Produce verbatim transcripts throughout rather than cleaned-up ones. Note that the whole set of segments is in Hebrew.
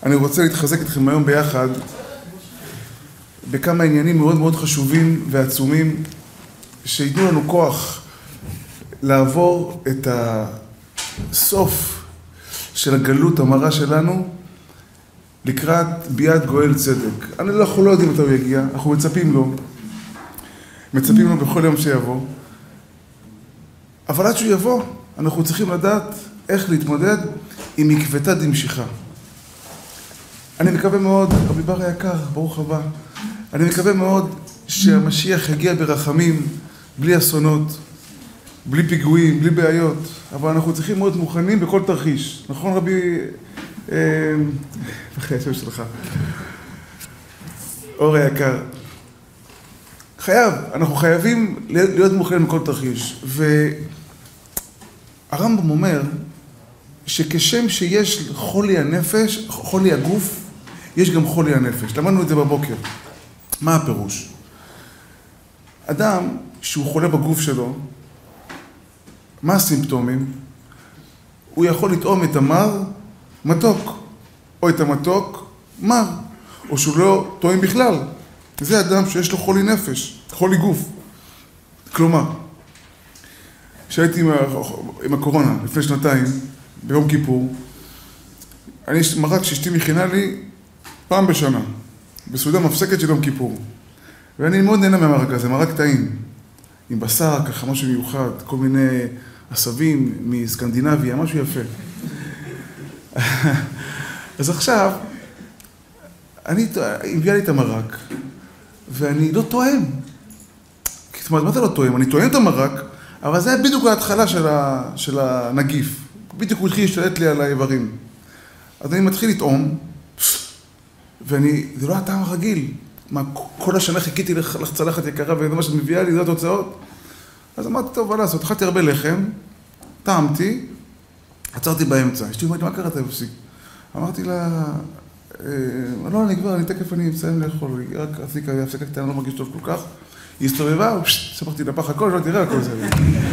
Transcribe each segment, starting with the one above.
אני רוצה להתחזק איתכם היום ביחד בכמה עניינים מאוד מאוד חשובים ועצומים שיתנו לנו כוח לעבור את הסוף של הגלות המרה שלנו לקראת ביאת גואל צדק. אנחנו לא יודעים מתי הוא יגיע, אנחנו מצפים לו, מצפים לו בכל יום שיבוא, אבל עד שהוא יבוא אנחנו צריכים לדעת איך להתמודד עם עקבתא דמשיחא. אני מקווה מאוד, רבי בר היקר, ברוך הבא, אני מקווה מאוד שהמשיח יגיע ברחמים, בלי אסונות, בלי פיגועים, בלי בעיות, אבל אנחנו צריכים מאוד מוכנים בכל תרחיש. נכון רבי... אחרי השם שלך. אור היקר. חייב, אנחנו חייבים להיות מוכנים בכל תרחיש. והרמב"ם אומר שכשם שיש חולי הנפש, חולי הגוף, יש גם חולי הנפש. למדנו את זה בבוקר. מה הפירוש? אדם שהוא חולה בגוף שלו, מה הסימפטומים? הוא יכול לטעום את המר מתוק, או את המתוק מר, או שהוא לא טועם בכלל. זה אדם שיש לו חולי נפש, חולי גוף. כלומר, כשהייתי עם, עם הקורונה לפני שנתיים, ביום כיפור, אני מרק שאשתי מכינה לי פעם בשנה, בסעודה מפסקת של יום כיפור. ואני מאוד נהנה מהמרק הזה, מרק טעים, עם בשר, ככה משהו מיוחד, כל מיני עשבים מסקנדינביה, משהו יפה. אז עכשיו, אני הביאה לי את המרק, ואני לא טועם. זאת אומרת, מה זה לא טועם? אני טועם את המרק, אבל זה היה בדיוק ההתחלה של, ה, של הנגיף. בדיוק הוא התחיל להשתלט לי על האיברים. אז אני מתחיל לטעום, ואני, זה לא הטעם הרגיל. מה, כל השנה חיכיתי לחצלחת יקרה, וזה מה שאת מביאה לי, זה התוצאות. אז אמרתי, טוב, מה לעשות? אכלתי הרבה לחם, טעמתי, עצרתי באמצע. אשתי אומרת, מה קרה אתה בפסיק? אמרתי לה, לא, אני כבר, אני תקף, אני מסיים לאכול, רק עשיתי הפסקה קטנה, לא מרגיש טוב כל כך. היא הסתובבה, ספרתי לפח הכל, לא תראה הכל זה.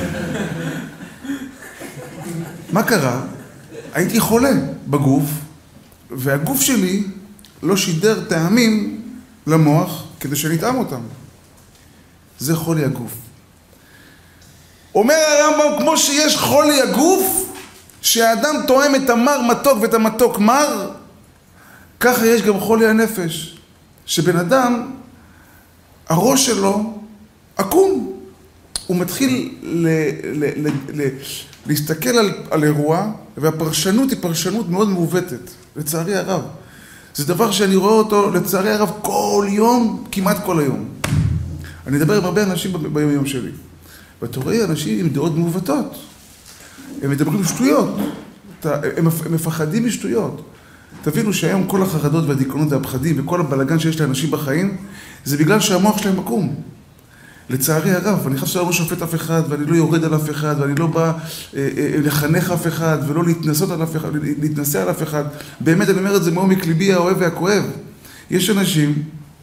מה קרה? הייתי חולה בגוף, והגוף שלי לא שידר טעמים למוח כדי שנטעם אותם. זה חולי הגוף. אומר הרמב"ם, כמו שיש חולי הגוף, שהאדם טועם את המר מתוק ואת המתוק מר, ככה יש גם חולי הנפש. שבן אדם, הראש שלו עקום. הוא מתחיל ל, ל, ל, ל, להסתכל על, על אירוע, והפרשנות היא פרשנות מאוד מעוותת, לצערי הרב. זה דבר שאני רואה אותו, לצערי הרב, כל יום, כמעט כל היום. אני אדבר עם הרבה אנשים ביום יום שלי. ואתה רואה אנשים עם דעות מעוותות. הם מדברים שטויות. הם מפחדים משטויות. תבינו שהיום כל החרדות והדיכאונות והפחדים וכל הבלגן שיש לאנשים בחיים, זה בגלל שהמוח שלהם מקום. לצערי הרב, אני חושב שאני לא שופט אף אחד, ואני לא יורד על אף אחד, ואני לא בא אה, אה, לחנך אף אחד, ולא להתנסות על אף אחד, להתנסה על אף אחד. באמת, אני אומר את זה מעומק ליבי האוהב והכואב. יש אנשים,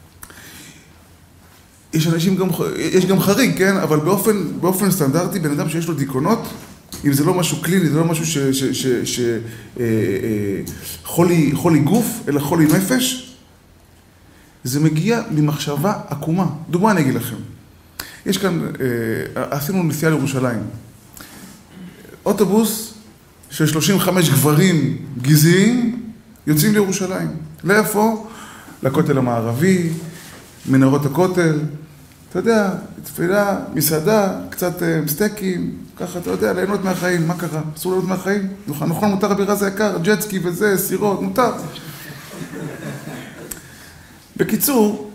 יש אנשים גם, יש גם חריג, כן? אבל באופן, באופן סטנדרטי, בן אדם שיש לו דיכאונות, אם זה לא משהו קליני, זה לא משהו ש, ש, ש, ש, אה, אה, חולי, חולי גוף, אלא חולי נפש, זה מגיע ממחשבה עקומה. דוגמה אני אגיד לכם. יש כאן, עשינו נסיעה לירושלים. אוטובוס של שלושים וחמישה גברים גזעיים יוצאים לירושלים. לאיפה? לכותל המערבי, מנהרות הכותל. אתה יודע, תפילה, מסעדה, קצת סטייקים, ככה, אתה יודע, ליהנות מהחיים. מה קרה? אסור ליהנות מהחיים? נכון, נכון, מותר רבי זה יקר, ג'טסקי וזה, סירות, מותר. בקיצור,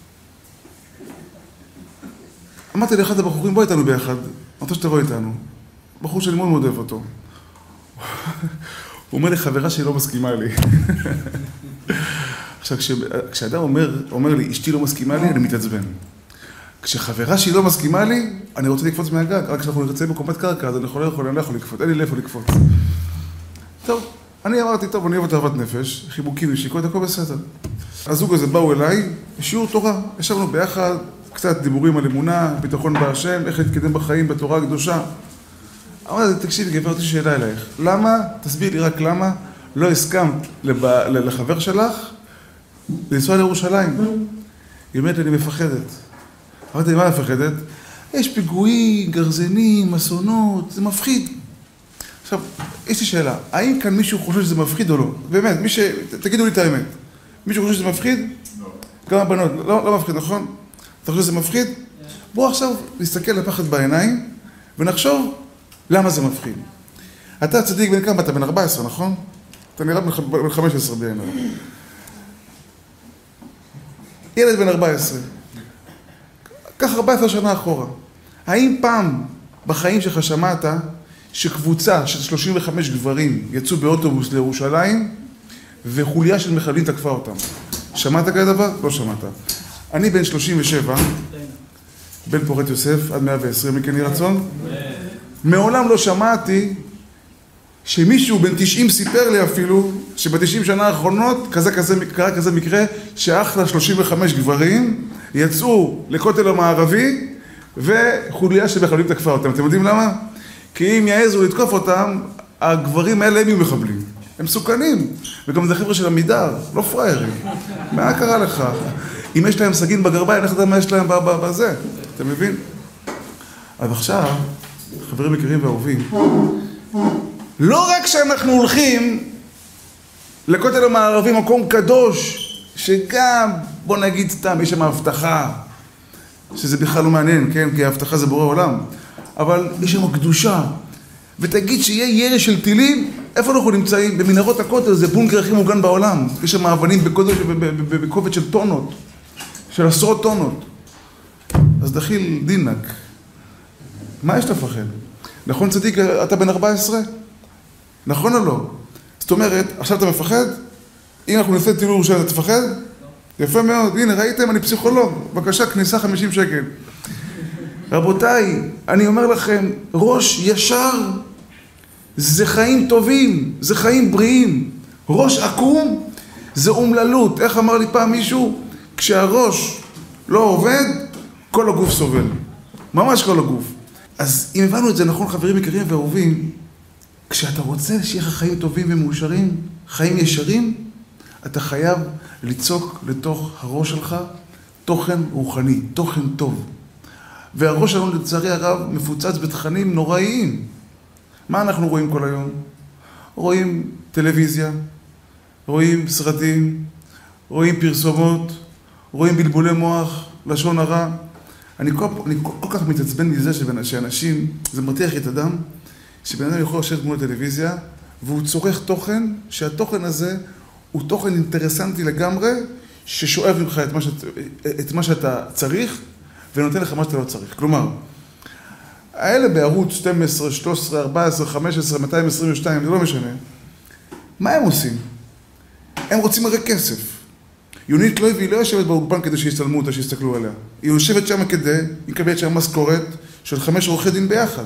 אמרתי לאחד הבחורים, בוא איתנו ביחד. אמרתי שתבוא איתנו. בחור שאני מאוד מאוד אוהב אותו. הוא אומר לי, חברה שהיא לא מסכימה לי. עכשיו, כשאדם אומר, אומר לי, אשתי לא מסכימה לי, אני מתעצבן. כשחברה שהיא לא מסכימה לי, אני רוצה לקפוץ מהגג. רק כשאנחנו נרצה בקומת קרקע, אז אני לא יכול, אני לא יכול לקפוץ. אין לי לאיפה לקפוץ. טוב, אני אמרתי, טוב, אני אוהב את אהבת נפש, חיבוקים ושיקות, הכל בסדר. הזוג הזה באו אליי, שיעור תורה. ישבנו ביחד, קצת דיבורים על אמונה, ביטחון בהשם, איך להתקדם בחיים בתורה הקדושה. אמרתי, תקשיב, גברת, יש שאלה אלייך. למה, תסביר לי רק למה, לא הסכמת לבא, לחבר שלך לנסוע לירושלים. היא אומרת, אני מפחדת. אמרתי, מה מפחדת? יש פיגועים, גרזנים, אסונות, זה מפחיד. עכשיו, יש לי שאלה, האם כאן מישהו חושב שזה מפחיד או לא? באמת, מי ש... תגידו לי את האמת. מישהו חושב שזה מפחיד? לא. גם הבנות, לא, לא מפחיד, נכון? אתה חושב שזה מפחיד? בואו עכשיו נסתכל לפחד בעיניים ונחשוב למה זה מפחיד. אתה צדיק בן כמה? אתה בן ארבע עשרה, נכון? אתה נראה בן חמש עשרה בעיניים. ילד בן ארבע עשרה. קח ארבע עשרה שנה אחורה. האם פעם בחיים שלך שמעת שקבוצה של שלושים וחמישה גברים יצאו באוטובוס לירושלים וחוליה של מחבלים תקפה אותם? שמעת כזה דבר? לא שמעת. אני בן שלושים ושבע, בן פורת יוסף, עד מאה ועשרים, מכן יהי רצון. מעולם לא שמעתי שמישהו בן תשעים סיפר לי אפילו, שב-תשעים שנה האחרונות כזה, כזה, קרה כזה מקרה, שאחלה שלושים וחמישה גברים יצאו לכותל המערבי וחוליה של מחבלים תקפה אותם. אתם יודעים למה? כי אם יעזו לתקוף אותם, הגברים האלה הם יהיו מחבלים. הם מסוכנים, וגם זה חבר'ה של עמידר, לא פריירים. מה קרה לך? אם יש להם סגין בגרביים, איך אתה מה יש להם בזה? אתה מבין? אז עכשיו, חברים יקרים ואהובים, לא רק שאנחנו הולכים לכותל המערבי, מקום קדוש, שגם, בוא נגיד סתם, יש שם הבטחה, שזה בכלל לא מעניין, כן? כי ההבטחה זה בורא עולם. אבל יש שם קדושה. ותגיד שיהיה ירי של טילים, איפה אנחנו נמצאים? במנהרות הכותל, זה בונקר הכי מוגן בעולם. יש שם אבנים בכובד של טונות, של עשרות טונות. אז דחיל דינק. מה יש לפחד? נכון צדיק, אתה בן ארבע עשרה? נכון או לא? זאת אומרת, עכשיו אתה מפחד? אם אנחנו נעשה טיול ירושלים, אתה תפחד? יפה מאוד, הנה ראיתם, אני פסיכולוג. בבקשה, כניסה חמישים שקל. רבותיי, אני אומר לכם, ראש ישר זה חיים טובים, זה חיים בריאים. ראש עקום זה אומללות. איך אמר לי פעם מישהו? כשהראש לא עובד, כל הגוף סובל. ממש כל הגוף. אז אם הבנו את זה נכון, חברים יקרים ואהובים, כשאתה רוצה שיהיה לך חיים טובים ומאושרים, חיים ישרים, אתה חייב ליצוק לתוך הראש שלך תוכן רוחני, תוכן טוב. והראש שלנו לצערי הרב מפוצץ בתכנים נוראיים. מה אנחנו רואים כל היום? רואים טלוויזיה, רואים סרטים, רואים פרסומות, רואים בלבולי מוח, לשון הרע. אני כל, אני כל, כל כך מתעצבן מזה שאנשים, זה מרתיח את אדם, שבן אדם יכול לשבת מול הטלוויזיה, והוא צורך תוכן, שהתוכן הזה הוא תוכן אינטרסנטי לגמרי, ששואב ממך את מה, שאת, את מה שאתה צריך, ונותן לך מה שאתה לא צריך. כלומר, האלה בערוץ שתים עשרה, שלוש עשרה, ארבע עשרה, חמש עשרה, מאתיים עשרים ושתיים, זה לא משנה. מה הם עושים? הם רוצים הרי כסף. יונית לוי לא יושבת באולפן כדי שיצלמו אותה, שיסתכלו עליה. היא יושבת שם כדי, היא מקבלת שם משכורת של חמש עורכי דין ביחד.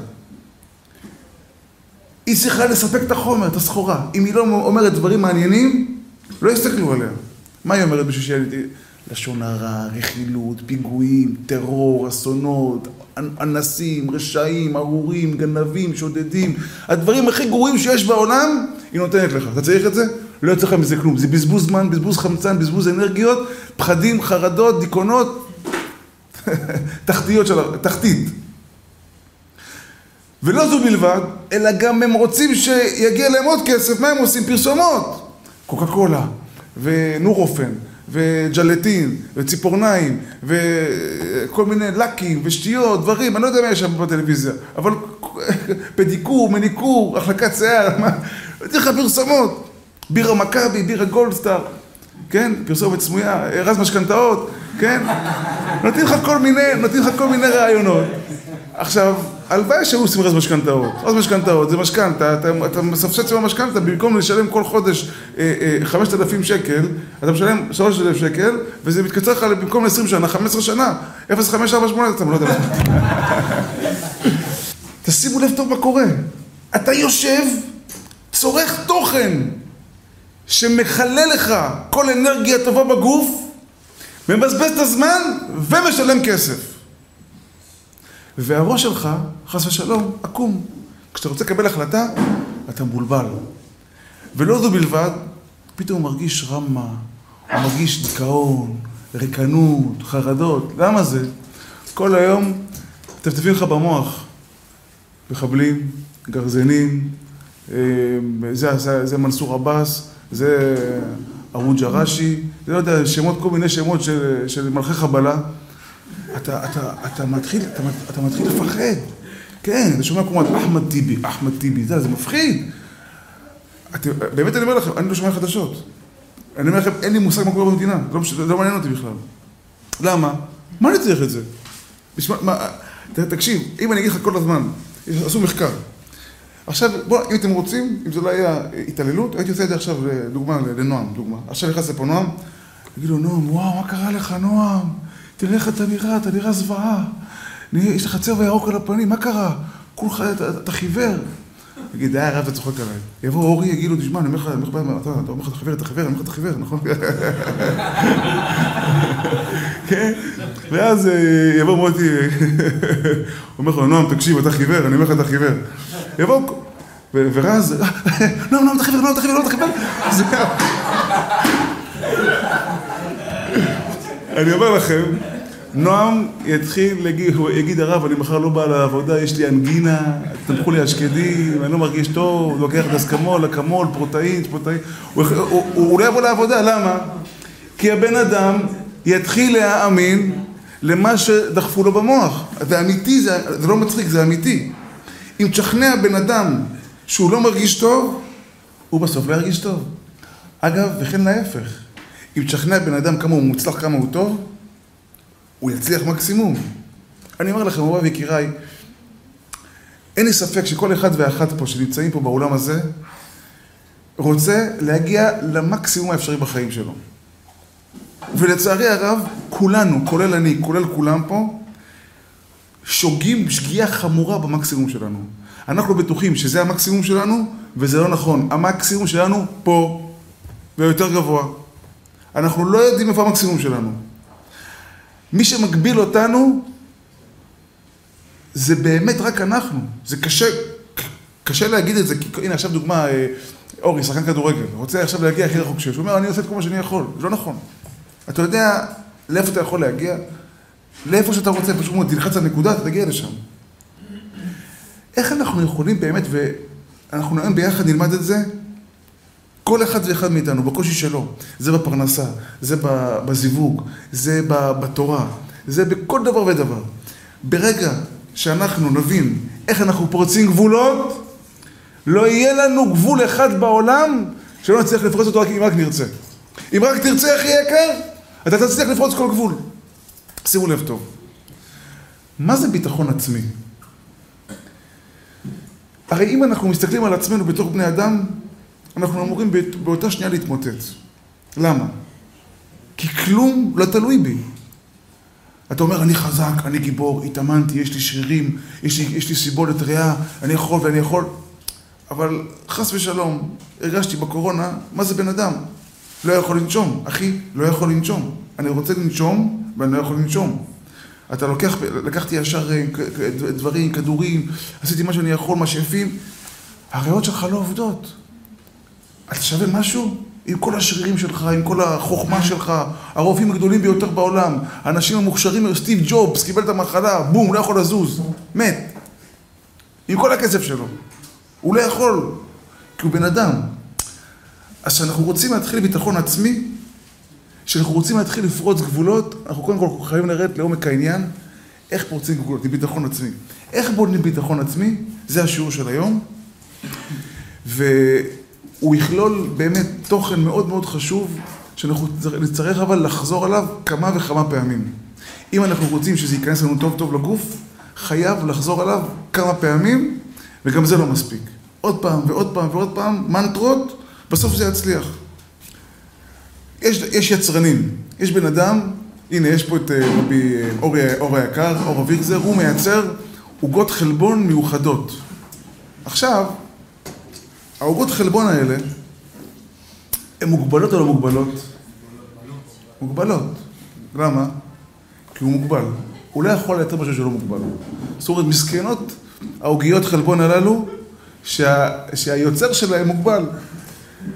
היא צריכה לספק את החומר, את הסחורה. אם היא לא אומרת דברים מעניינים, לא יסתכלו עליה. מה היא אומרת בשביל שילד? לשון הרע, רכילות, פיגועים, טרור, אסונות, אנסים, רשעים, ארורים, גנבים, שודדים. הדברים הכי גרועים שיש בעולם, היא נותנת לך. אתה צריך את זה? לא יוצא לך מזה כלום. זה בזבוז זמן, בזבוז חמצן, בזבוז אנרגיות, פחדים, חרדות, דיכאונות, תחתיות של... תחתית. ולא זו בלבד, אלא גם הם רוצים שיגיע להם עוד כסף. מה הם עושים? פרסומות. קוקה קולה ונורופן. וג'לטין, וציפורניים, וכל מיני לקים, ושתיות, דברים, אני לא יודע מה יש שם בטלוויזיה, אבל פדיקור, מניקור, החלקת שיער, מה, נותנים לך פרסומות, בירה מכבי, בירה גולדסטאר, כן, פרסומת סמויה, רז משכנתאות, כן, נותנים לך כל מיני, נותנים לך כל מיני רעיונות. עכשיו, הלוואי שהיו עושים רז משכנתאות. רז משכנתאות זה משכנתה, אתה, אתה מספסץ עם המשכנתה, במקום לשלם כל חודש אה, אה, חמשת אלפים שקל, אתה משלם שלושת אלפים שקל, וזה מתקצר לך במקום עשרים שנה, חמש עשרה שנה, אפס חמש ארבע שמונה, אתה לא יודע. תשימו לב טוב מה קורה. אתה יושב, צורך תוכן, שמחלל לך כל אנרגיה טובה בגוף, מבזבז את הזמן ומשלם כסף. והראש שלך, חס ושלום, עקום. כשאתה רוצה לקבל החלטה, אתה מבולבל. ולא זו בלבד, פתאום הוא מרגיש רמה, הוא מרגיש דיכאון, ריקנות, חרדות. למה זה? כל היום טפטפים לך במוח. מחבלים, גרזנים, זה, זה, זה מנסור עבאס, זה אבו ג'רשי, זה לא יודע, שמות, כל מיני שמות של, של מלכי חבלה. אתה, אתה, אתה מתחיל, אתה, אתה מתחיל לפחד. כן, אתה שומע כמו אחמד טיבי, אחמד טיבי, זה, זה מפחיד. את, באמת אני אומר לכם, אני לא שומע חדשות. אני אומר לכם, אין לי מושג מה קורה במדינה, לא, לא מעניין אותי בכלל. למה? מה אני צריך את זה? בשמה, מה, תקשיב, אם אני אגיד לך כל הזמן, עשו מחקר. עכשיו, בוא, אם אתם רוצים, אם זה לא היה התעללות, הייתי עושה את זה עכשיו, דוגמה, לנועם, דוגמה. עכשיו נכנס לפה נועם, תגיד לו, נועם, וואו, מה קרה לך, נועם? תראה איך אתה נראה, אתה נראה זוועה. יש לך צבע ירוק על הפנים, מה קרה? כולך, אתה, אתה חיוור. תגיד, די, הרב, אתה צוחק עליי. יבוא אורי, יגיד לו, תשמע, אני אומר לך, אני אומר לך, אתה אומר לך, אתה חיוור, אתה חיוור, אני אומר לך, אתה חיוור, נכון? כן? ואז יבוא מוטי, הוא אומר לך, נועם, תקשיב, אתה חיוור, אני אומר לך, אתה חיוור. יבוא, ורז, נועם, נועם, אתה חיוור, נועם, אתה חיוור, נועם, אתה חיוור. זהו. אני אומר לכם, נועם יתחיל, הוא יגיד הרב, אני מחר לא בא לעבודה, יש לי אנגינה, תמכו לי השקדים, אני לא מרגיש טוב, לוקח את אסקמול, אקמול, פרוטאין, פרוטאין. הוא לא יבוא לעבודה, למה? כי הבן אדם יתחיל להאמין למה שדחפו לו במוח. זה אמיתי, זה לא מצחיק, זה אמיתי. אם תשכנע בן אדם שהוא לא מרגיש טוב, הוא בסוף לא ירגיש טוב. אגב, וכן להפך. אם תשכנע בן אדם כמה הוא מוצלח, כמה הוא טוב, הוא יצליח מקסימום. אני אומר לכם, אוהב יקיריי, אין לי ספק שכל אחד ואחת פה שנמצאים פה בעולם הזה, רוצה להגיע למקסימום האפשרי בחיים שלו. ולצערי הרב, כולנו, כולל אני, כולל כולם פה, שוגים שגיאה חמורה במקסימום שלנו. אנחנו בטוחים שזה המקסימום שלנו, וזה לא נכון. המקסימום שלנו פה, ויותר גבוה. אנחנו לא יודעים איפה המקסימום שלנו. מי שמגביל אותנו, זה באמת רק אנחנו. זה קשה, קשה להגיד את זה, כי הנה עכשיו דוגמה, אורי, שחקן כדורגל, רוצה עכשיו להגיע הכי רחוק שיש. הוא אומר, אני עושה את כל מה שאני יכול. זה לא נכון. אתה יודע לאיפה אתה יכול להגיע? לאיפה שאתה רוצה, פשוט מאוד, תלחץ על נקודה, אתה תגיע לשם. איך אנחנו יכולים באמת, ואנחנו נעים ביחד נלמד את זה, כל אחד ואחד מאיתנו, בקושי שלו, זה בפרנסה, זה בזיווג, זה בתורה, זה בכל דבר ודבר. ברגע שאנחנו נבין איך אנחנו פורצים גבולות, לא יהיה לנו גבול אחד בעולם שלא נצליח לפרוץ אותו רק אם רק נרצה. אם רק תרצה, אחי יקר, אתה תצליח לפרוץ כל גבול. שימו לב טוב. מה זה ביטחון עצמי? הרי אם אנחנו מסתכלים על עצמנו בתור בני אדם, אנחנו אמורים באותה שנייה להתמוטט. למה? כי כלום לא תלוי בי. אתה אומר, אני חזק, אני גיבור, התאמנתי, יש לי שרירים, יש לי, יש לי סיבולת ריאה, אני יכול ואני יכול. אבל חס ושלום, הרגשתי בקורונה, מה זה בן אדם? לא יכול לנשום. אחי, לא יכול לנשום. אני רוצה לנשום, ואני לא יכול לנשום. אתה לוקח, לקחתי ישר דברים, כדורים, עשיתי מה שאני יכול, מה שיפים. הריאות שלך לא עובדות. אתה שווה משהו? עם כל השרירים שלך, עם כל החוכמה שלך, הרופאים הגדולים ביותר בעולם, האנשים המוכשרים, סטיב ג'ובס, קיבל את המחלה, בום, לא יכול לזוז, מת. עם כל הכסף שלו. הוא לא יכול, כי הוא בן אדם. אז כשאנחנו רוצים להתחיל ביטחון עצמי, כשאנחנו רוצים להתחיל לפרוץ גבולות, אנחנו קודם כל חייבים לרדת לעומק העניין, איך פורצים גבולות, ביטחון עצמי. איך בונים ביטחון עצמי? זה השיעור של היום. והוא יכלול באמת תוכן מאוד מאוד חשוב, שאנחנו נצטרך אבל לחזור עליו כמה וכמה פעמים. אם אנחנו רוצים שזה ייכנס לנו טוב טוב לגוף, חייב לחזור עליו כמה פעמים, וגם זה לא מספיק. עוד פעם ועוד פעם ועוד פעם, מנטרות, בסוף זה יצליח. יש, יש יצרנים, יש בן אדם, הנה יש פה את רבי אורי, אורי היקר, אור אביגזר, הוא מייצר עוגות חלבון מיוחדות. עכשיו, העוגות חלבון האלה, הן מוגבלות או לא מוגבלות? מוגבלות. למה? כי הוא מוגבל. הוא לא יכול לייצר משהו שלא מוגבל. זאת אומרת, מסכנות, העוגיות חלבון הללו, שה, שהיוצר שלהם מוגבל.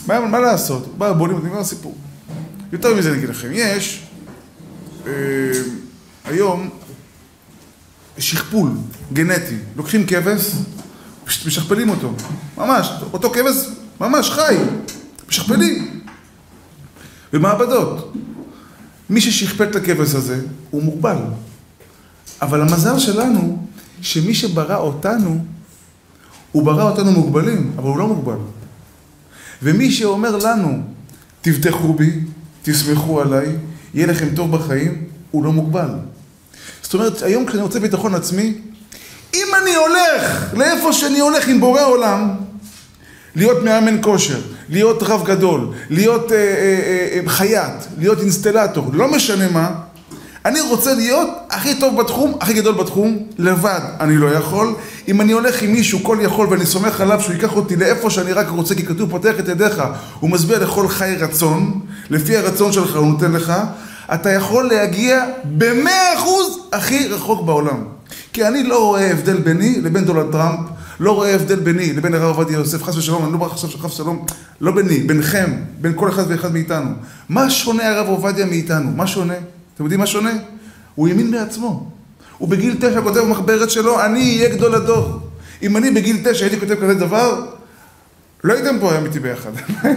מה, מה לעשות? בא, בונים, נגמר הסיפור. יותר מזה אני אגיד לכם, יש אה, היום שכפול גנטי. לוקחים כבש, משכפלים אותו. ממש, אותו כבש ממש חי. משכפלים. במעבדות. מי ששכפל את הכבש הזה הוא מוגבל. אבל המזל שלנו, שמי שברא אותנו, הוא ברא אותנו מוגבלים, אבל הוא לא מוגבל. ומי שאומר לנו, תבטחו בי, תסמכו עליי, יהיה לכם טוב בחיים, הוא לא מוגבל. זאת אומרת, היום כשאני רוצה ביטחון עצמי, אם אני הולך לאיפה שאני הולך עם בורא עולם, להיות מאמן כושר, להיות רב גדול, להיות אה, אה, אה, חייט, להיות אינסטלטור, לא משנה מה, אני רוצה להיות הכי טוב בתחום, הכי גדול בתחום, לבד אני לא יכול. אם אני הולך עם מישהו כל יכול ואני סומך עליו שהוא ייקח אותי לאיפה שאני רק רוצה, כי כתוב פותח את ידיך, הוא מסביר לכל חי רצון, לפי הרצון שלך הוא נותן לך, אתה יכול להגיע במאה אחוז הכי רחוק בעולם. כי אני לא רואה הבדל ביני לבין דונלד טראמפ, לא רואה הבדל ביני לבין הרב עובדיה יוסף, חס ושלום, אני לא בא חסב שחף שלום, לא ביני, ביניכם, בין כל אחד ואחד מאיתנו. מה שונה הרב עובדיה מאיתנו? מה שונה? אתם יודעים מה שונה? הוא ימין בעצמו. הוא בגיל תשע כותב במחברת שלו, אני אהיה גדול הדור. אם אני בגיל תשע הייתי כותב כזה דבר, לא הייתם פה היום איתי ביחד.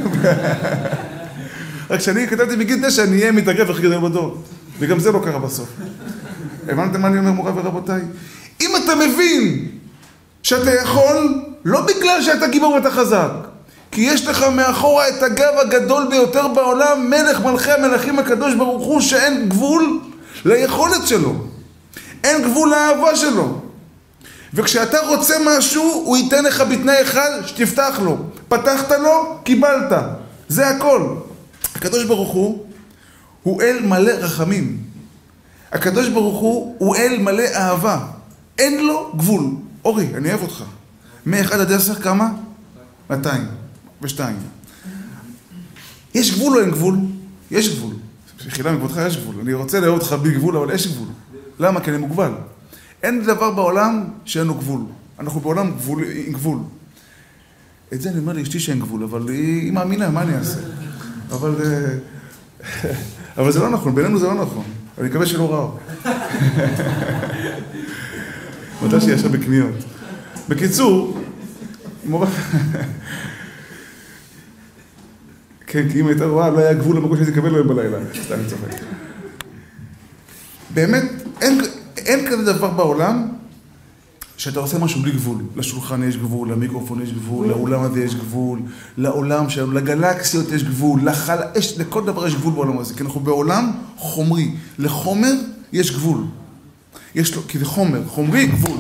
רק כשאני כתבתי בגיל תשע, אני אהיה מתאגרף הכי גדול בדור. וגם זה לא קרה בסוף. הבנתם מה אני אומר, מורה ורבותיי? אם אתה מבין שאתה יכול, לא בגלל שאתה גיבור ואתה חזק, כי יש לך מאחורה את הגב הגדול ביותר בעולם, מלך מלכי המלכים הקדוש ברוך הוא, שאין גבול ליכולת שלו. אין גבול לאהבה שלו. וכשאתה רוצה משהו, הוא ייתן לך בתנאי אחד שתפתח לו. פתחת לו, קיבלת. זה הכל. הקדוש ברוך הוא, הוא אל מלא רחמים. הקדוש ברוך הוא, הוא אל מלא אהבה. אין לו גבול. אורי, אני אוהב אותך. מאחד עד עשר כמה? מאתיים. ושתיים. יש גבול או אין גבול? יש גבול. חילה מכבודך יש גבול. אני רוצה לאהוב אותך בלי גבול, אבל יש גבול. למה? כי אני מוגבל. אין דבר בעולם שאין לו גבול. אנחנו בעולם גבול, עם גבול. את זה אני אומר לאשתי שאין גבול, אבל היא, היא מאמינה, מה אני אעשה? אבל, אבל זה לא נכון, בינינו זה לא נכון. אני מקווה שלא רע. מתי שישב בקניות. בקיצור, מורה... כן, כי אם הייתה רואה, לא היה גבול למקום שהייתי לקבל להם בלילה. סתם, אני צוחק. באמת, אין, אין כזה דבר בעולם שאתה עושה משהו בלי גבול. לשולחן יש גבול, למיקרופון יש גבול, לאולם הזה יש גבול, לעולם שלנו, לגלקסיות יש גבול, לחל... יש, לכל דבר יש גבול בעולם הזה. כי אנחנו בעולם חומרי. לחומר יש גבול. יש לו, כי זה חומר, חומרי גבול.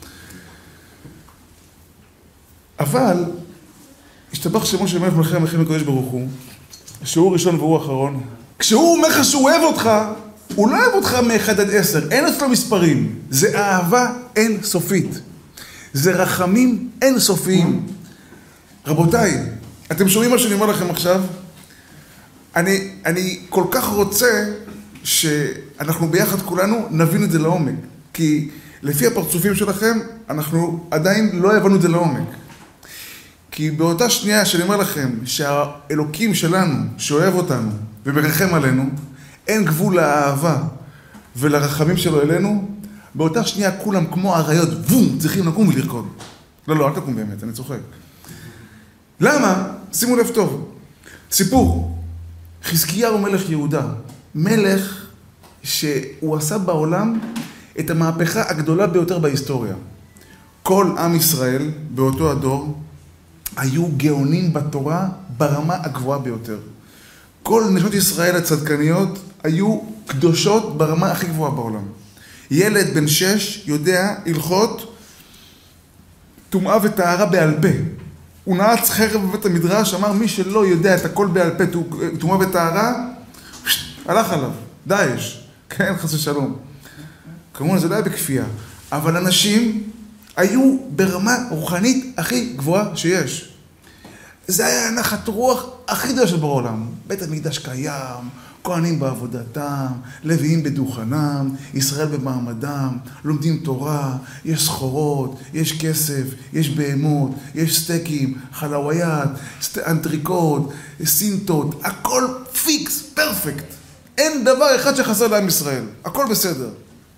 אבל, השתבח שמו של מלך מלכי המלכים הקדוש ברוך הוא, שהוא ראשון והוא אחרון. כשהוא אומר לך שהוא אוהב אותך, הוא לא אוהב אותך מאחד עד עשר, אין אצלו מספרים. זה אהבה אין סופית. זה רחמים אין סופיים. רבותיי, אתם שומעים מה שאני אומר לכם עכשיו? אני, אני כל כך רוצה שאנחנו ביחד כולנו נבין את זה לעומק. כי לפי הפרצופים שלכם, אנחנו עדיין לא הבנו את זה לעומק. כי באותה שנייה שאני אומר לכם שהאלוקים שלנו, שאוהב אותנו ומרחם עלינו, אין גבול לאהבה ולרחמים שלו אלינו, באותה שנייה כולם כמו אריות, וום, צריכים לקום ולרקוד. לא, לא, אל תקום באמת, אני צוחק. למה? שימו לב טוב. סיפור. חזקיהו מלך יהודה. מלך שהוא עשה בעולם את המהפכה הגדולה ביותר בהיסטוריה. כל עם ישראל באותו הדור היו גאונים בתורה ברמה הגבוהה ביותר. כל נשות ישראל הצדקניות היו קדושות ברמה הכי גבוהה בעולם. ילד בן שש יודע הלכות טומאה וטהרה בעל פה. הוא נעץ חרב בבית המדרש, אמר מי שלא יודע את הכל בעל פה, טומאה וטהרה, הלך עליו, דאעש, כן, חס ושלום. כמובן זה לא היה בכפייה, אבל אנשים היו ברמה רוחנית הכי גבוהה שיש. זה היה נחת רוח הכי גדולה של בעולם. בית המקדש קיים, כהנים בעבודתם, לוויים בדוכנם, ישראל במעמדם, לומדים תורה, יש סחורות, יש כסף, יש בהמות, יש סטייקים, חלוויית, אנטריקות, סינטות, הכל פיקס, פרפקט. אין דבר אחד שחסר לעם ישראל, הכל בסדר.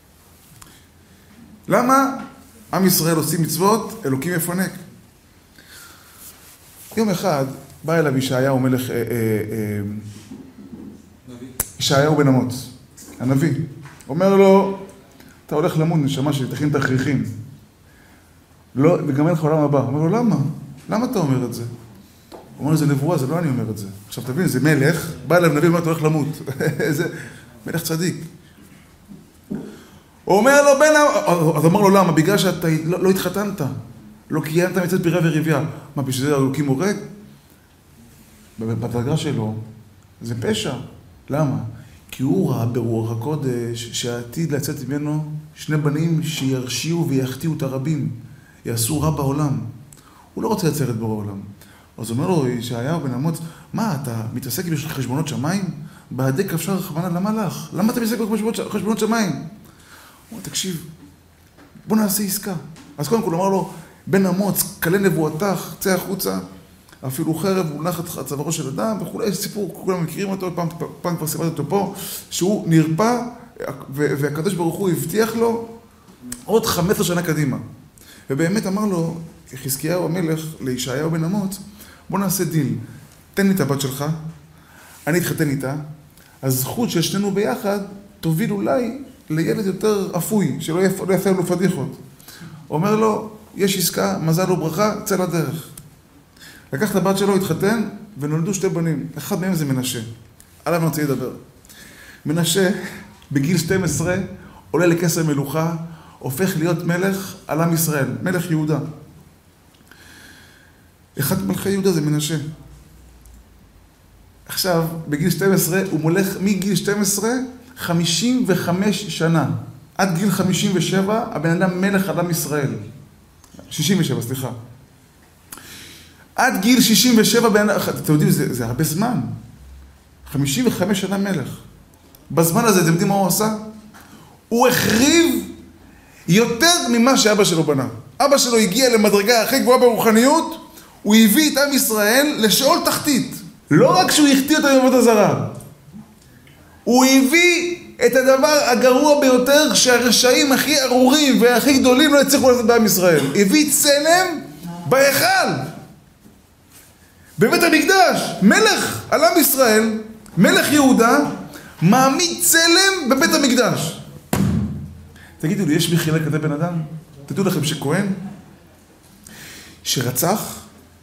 למה? עם ישראל עושים מצוות, אלוקים יפנק. יום אחד בא אליו ישעיהו מלך, אה, אה, אה, ישעיהו בן אמוץ, הנביא. אומר לו, אתה הולך למות, נשמה שלי, תכין תכריכים. לא, וגם אין לך עולם הבא. אומר לו, למה? למה אתה אומר את זה? הוא אומר, זה נבואה, זה לא אני אומר את זה. עכשיו תבין, זה מלך, בא אליו נביא, אומר, אתה הולך למות. זה מלך צדיק. הוא אומר לו, בן אמוץ, אז אומר לו, למה? בגלל שאתה לא, לא התחתנת. לא קיימת מצאת פירה וריביה. מה, בשביל זה אלוקים הורג? בדרגה שלו, זה פשע. למה? כי הוא ראה ברוח הקודש שהעתיד לצאת ממנו שני בנים שירשיעו ויחטיאו את הרבים, יעשו רע בעולם. הוא לא רוצה לצייר את בורא העולם. אז אומר לו, ישעיהו בן אמוץ, מה, אתה מתעסק עם חשבונות שמיים? בהדק אפשר רחמנא, למה לך? למה אתה מתעסק בחשבונות שמיים? הוא אומר, תקשיב, בוא נעשה עסקה. אז קודם כל אמר לו, בן אמוץ, קלה נבואתך, צא החוצה, אפילו חרב מונחת על צווארו של אדם, וכולי, יש סיפור, כולם מכירים אותו, פעם, פעם כבר סיפרתי אותו פה, שהוא נרפא, והקדוש ברוך הוא הבטיח לו עוד חמש עשרה שנה קדימה. ובאמת אמר לו, חזקיהו המלך לישעיהו בן אמוץ, בוא נעשה דיל, תן לי את הבת שלך, אני אתחתן איתה, הזכות של שנינו ביחד תוביל אולי לילד יותר אפוי, שלא יפה לו פדיחות. אומר לו, יש עסקה, מזל וברכה, צא לדרך. לקח את הבת שלו, התחתן, ונולדו שתי בנים. אחד מהם זה מנשה. עליו אני רוצה לדבר. מנשה, בגיל שתים עשרה, עולה לכס המלוכה, הופך להיות מלך על עם ישראל, מלך יהודה. אחד מלכי יהודה זה מנשה. עכשיו, בגיל שתים עשרה, הוא מולך מגיל שתים עשרה, חמישים וחמש שנה. עד גיל חמישים ושבע, הבן אדם מלך על עם ישראל. שישים ושבע, סליחה. עד גיל שישים ושבע, בן אדם, אתם יודעים, זה, זה הרבה זמן. חמישים וחמש שנה מלך. בזמן הזה, אתם יודעים מה הוא עשה? הוא החריב יותר ממה שאבא שלו בנה. אבא שלו הגיע למדרגה הכי גבוהה ברוחניות, הוא הביא את עם ישראל לשאול תחתית. לא רק שהוא החטיא אותם מעבודה זרה, הוא הביא את הדבר הגרוע ביותר שהרשעים הכי ארורים והכי גדולים לא הצליחו לעשות בעם ישראל. הביא צלם בהיכל, בבית המקדש. מלך על עם ישראל, מלך יהודה, מעמיד צלם בבית המקדש. תגידו לי, יש מחילה כזה בן אדם? תדעו לכם שכהן שרצח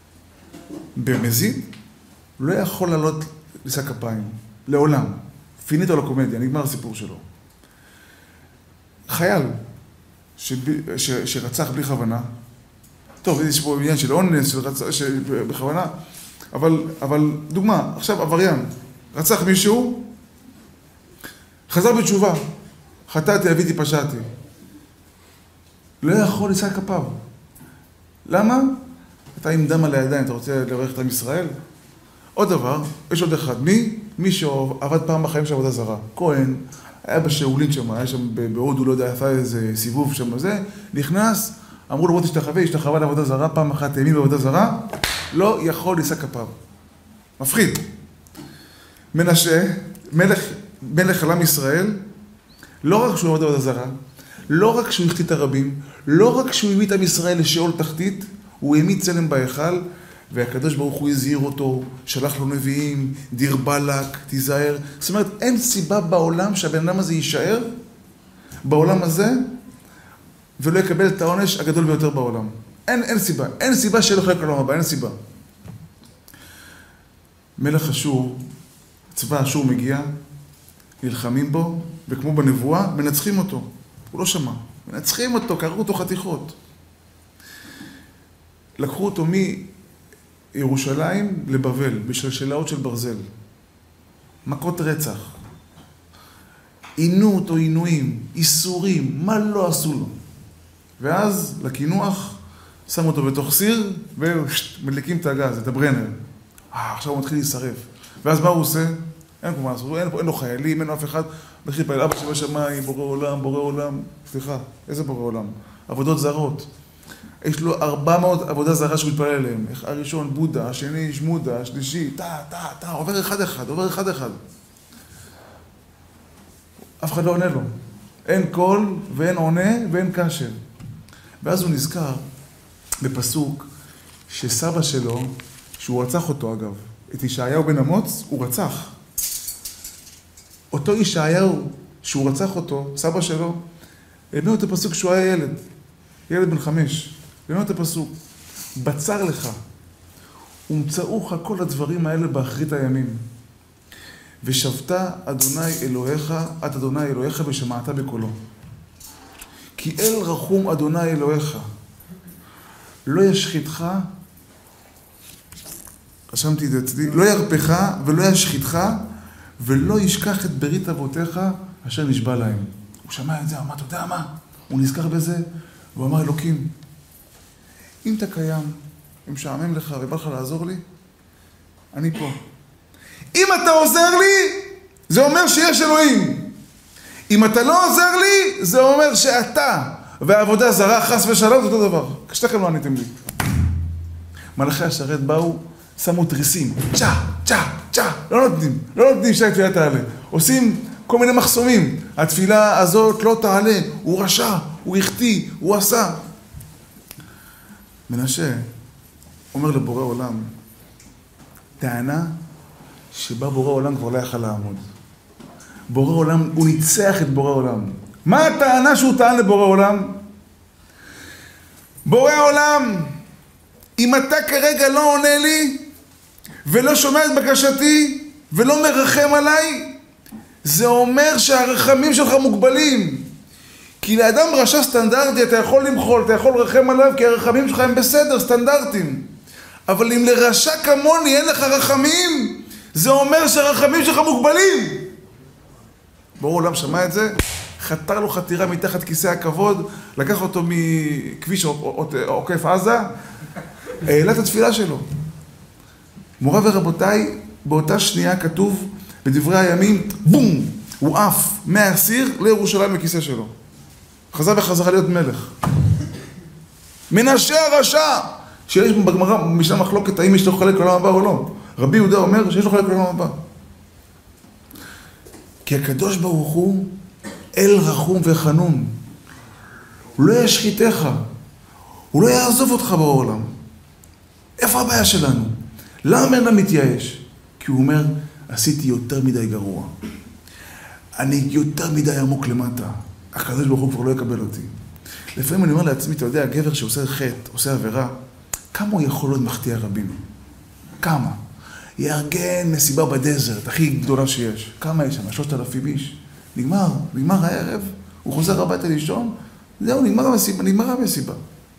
במזיד לא יכול לעלות לשא כפיים, לעולם. פיניטו לקומדיה, נגמר הסיפור שלו. חייל ש... ש... שרצח בלי כוונה, טוב, יש פה עניין של אונס, של רצח, של... בכוונה, אבל, אבל דוגמה, עכשיו עבריין, רצח מישהו, חזר בתשובה, חטאתי, אביתי, פשעתי. לא יכול לשא כפיו. למה? אתה עם דם על הידיים, אתה רוצה לברך את עם ישראל? עוד דבר, יש עוד אחד, מי? מי שעבד פעם בחיים של עבודה זרה. כהן, היה בשאולין שם, היה שם בהודו, לא יודע, עשה איזה סיבוב שם וזה, נכנס, אמרו לו בוא תשתחווה, השתחווה לעבודה זרה, פעם אחת האמין בעבודה זרה, לא יכול לשא כפיו. מפחיד. מנשה, מלך, מלך על עם ישראל, לא רק שהוא עבד בעבודה זרה, לא רק שהוא החטיא את הרבים, לא רק שהוא הביא את עם ישראל לשאול תחתית, הוא העמיד צלם בהיכל, והקדוש ברוך הוא הזהיר אותו, שלח לו נביאים, דיר בלק, תיזהר. זאת אומרת, אין סיבה בעולם שהבן אדם הזה יישאר בעולם הזה, ולא יקבל את העונש הגדול ביותר בעולם. אין, אין סיבה. אין סיבה שלא חלק לעולם הבא, אין סיבה. מלך אשור, צבא אשור מגיע, נלחמים בו, וכמו בנבואה, מנצחים אותו. הוא לא שמע. מנצחים אותו, קראו אותו חתיכות. לקחו אותו מירושלים לבבל, בשלשלאות של ברזל. מכות רצח. עינו אותו עינויים, איסורים, מה לא עשו לו. ואז לקינוח, שם אותו בתוך סיר, ומדליקים את הגז, את הברנר. אה, עכשיו הוא מתחיל להישרף. ואז מה הוא עושה? אין פה מה לעשות, אין, אין לו חיילים, אין לו אף אחד. בכי פעיל, אבא שבא שמיים, בורא עולם, בורא עולם. סליחה, איזה בורא עולם? עבודות זרות. יש לו ארבע מאות עבודה זרה שהוא מתפלל אליהם. הראשון, בודה, השני, שמודה, השלישי, טה, טה, טה, עובר אחד אחד, עובר אחד אחד. אף אחד לא עונה לו. אין קול ואין עונה ואין קשר. ואז הוא נזכר בפסוק שסבא שלו, שהוא רצח אותו אגב, את ישעיהו בן אמוץ, הוא רצח. אותו ישעיהו שהוא רצח אותו, סבא שלו, הביא אותו פסוק שהוא היה ילד, ילד בן חמש. הביא אותו פסוק, בצר לך, ומצאוך כל הדברים האלה באחרית הימים. ושבת אדוני אלוהיך, את אדוני אלוהיך ושמעת בקולו. כי אל רחום אדוני אלוהיך, לא ישחיתך, רשמתי את זה אצלי, לא ירפך ולא ישחיתך, ולא ישכח את ברית אבותיך אשר נשבע להם. הוא שמע את זה, אמר, אתה יודע מה? הוא נזכר בזה, והוא אמר, אלוקים, אם אתה קיים, אם משעמם לך ובא לך לעזור לי, אני פה. אם אתה עוזר לי, זה אומר שיש אלוהים. אם אתה לא עוזר לי, זה אומר שאתה והעבודה זרה, חס ושלום, זה אותו דבר. כשתכם לא עניתם לי. מלאכי השרת באו, שמו תריסים, צ'ה, צ'ה, צ'ה, לא נותנים, לא נותנים שהתפילה תעלה. עושים כל מיני מחסומים. התפילה הזאת לא תעלה, הוא רשע, הוא החטיא, הוא עשה. מנשה אומר לבורא עולם, טענה שבה בורא עולם כבר לא יכל לעמוד. בורא עולם, הוא ניצח את בורא עולם. מה הטענה שהוא טען לבורא עולם? בורא עולם, אם אתה כרגע לא עונה לי, ולא שומע את בקשתי, ולא מרחם עליי, זה אומר שהרחמים שלך מוגבלים. כי לאדם רשע סטנדרטי, אתה יכול למחול, אתה יכול לרחם עליו, כי הרחמים שלך הם בסדר, סטנדרטים. אבל אם לרשע כמוני אין לך רחמים, זה אומר שהרחמים שלך מוגבלים. בורא עולם שמע את זה, חתר לו חתירה מתחת כיסא הכבוד, לקח אותו מכביש עוקף עזה, העלה את התפילה שלו. מורה ורבותיי, באותה שנייה כתוב בדברי הימים, בום, הוא עף מהסיר לירושלים בכיסא שלו. חזר וחזר להיות מלך. מנשה הרשע, שיש בגמרא משנה מחלוקת האם יש לו חלק לעולם הבא או לא. רבי יהודה אומר שיש לו חלק לעולם הבא. כי הקדוש ברוך הוא אל רחום וחנון. הוא לא ישחיתך. הוא לא יעזוב אותך בעולם. איפה הבעיה שלנו? למה אין לה מתייאש? כי הוא אומר, עשיתי יותר מדי גרוע. אני יותר מדי עמוק למטה. הקדוש ברוך הוא כבר לא יקבל אותי. לפעמים אני אומר לעצמי, אתה יודע, הגבר שעושה חטא, עושה עבירה, כמה הוא יכול להיות מחטיא רבים? כמה? יארגן מסיבה בדזרט, הכי גדולה שיש. כמה יש שם? שלושת אלפים איש. נגמר, נגמר הערב, הוא חוזר הביתה לישון, זהו, נגמר המסיבה, נגמר המסיבה.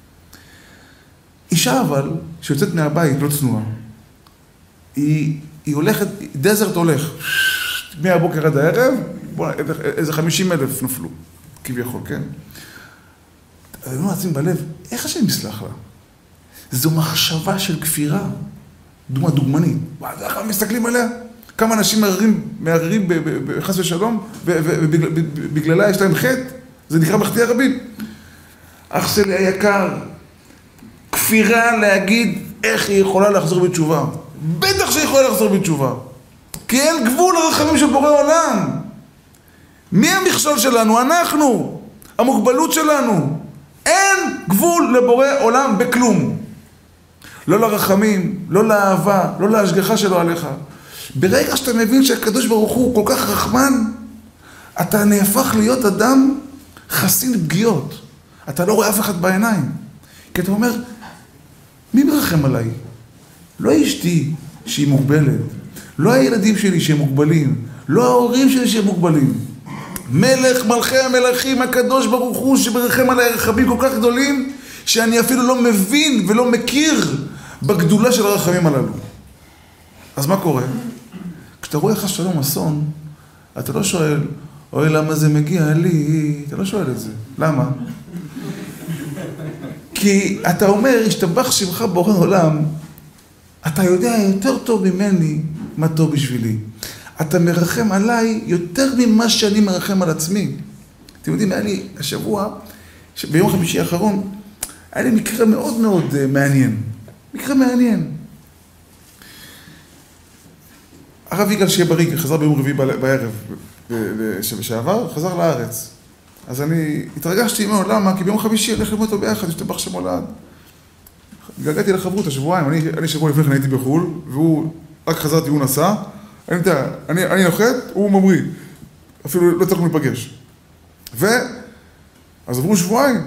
אישה אבל, שיוצאת מהבית, לא צנועה, היא, היא הולכת, דזרט הולך, מהבוקר עד הערב, בוא, איזה חמישים אלף נפלו, כביכול, כן? אני לא מעצים בלב, איך השם מסלח לה? זו מחשבה של כפירה, דוגמה דוגמנית. איך מסתכלים עליה? כמה אנשים מערערים, מערערים בחס ושלום, ובגללה יש להם חטא, זה נקרא מחטיא רבים. אח שלי היקר, כפירה להגיד איך היא יכולה לחזור בתשובה. בטח שהיא יכולה לחזור בתשובה. כי אין גבול לרחמים של בורא עולם. מי המכשול שלנו? אנחנו. המוגבלות שלנו. אין גבול לבורא עולם בכלום. לא לרחמים, לא לאהבה, לא להשגחה שלו עליך. ברגע שאתה מבין שהקדוש ברוך הוא כל כך רחמן, אתה נהפך להיות אדם חסין פגיעות. אתה לא רואה אף אחד בעיניים. כי אתה אומר, מי מרחם עליי? לא אשתי שהיא מוגבלת, לא הילדים שלי שהם מוגבלים, לא ההורים שלי שהם מוגבלים. מלך מלכי המלכים הקדוש ברוך הוא שמרחם עליי רחמים כל כך גדולים, שאני אפילו לא מבין ולא מכיר בגדולה של הרחמים הללו. אז מה קורה? כשאתה רואה חס שלום אסון, אתה לא שואל, אוי למה זה מגיע לי, אתה לא שואל את זה. למה? כי אתה אומר, השתבח שמך בורא עולם, אתה יודע יותר טוב ממני מה טוב בשבילי. אתה מרחם עליי יותר ממה שאני מרחם על עצמי. אתם יודעים, היה לי השבוע, ביום חמישי האחרון, היה לי מקרה מאוד מאוד מעניין. מקרה מעניין. הרב יגאל שיהיה בריא, חזר ביום רביעי בערב, שעבר, חזר לארץ. אז אני התרגשתי ממנו, למה? כי ביום חמישי הלך ללמוד אותו ביחד, השתבח שם הולד. גלגלתי לחברות השבועיים, אני, אני שבוע לפני כן הייתי בחול, והוא, רק חזרתי, הוא נסע. אני יודע, אני, אני נוחת, הוא ממריא. אפילו לא צריך להיפגש. ו... אז עברו שבועיים.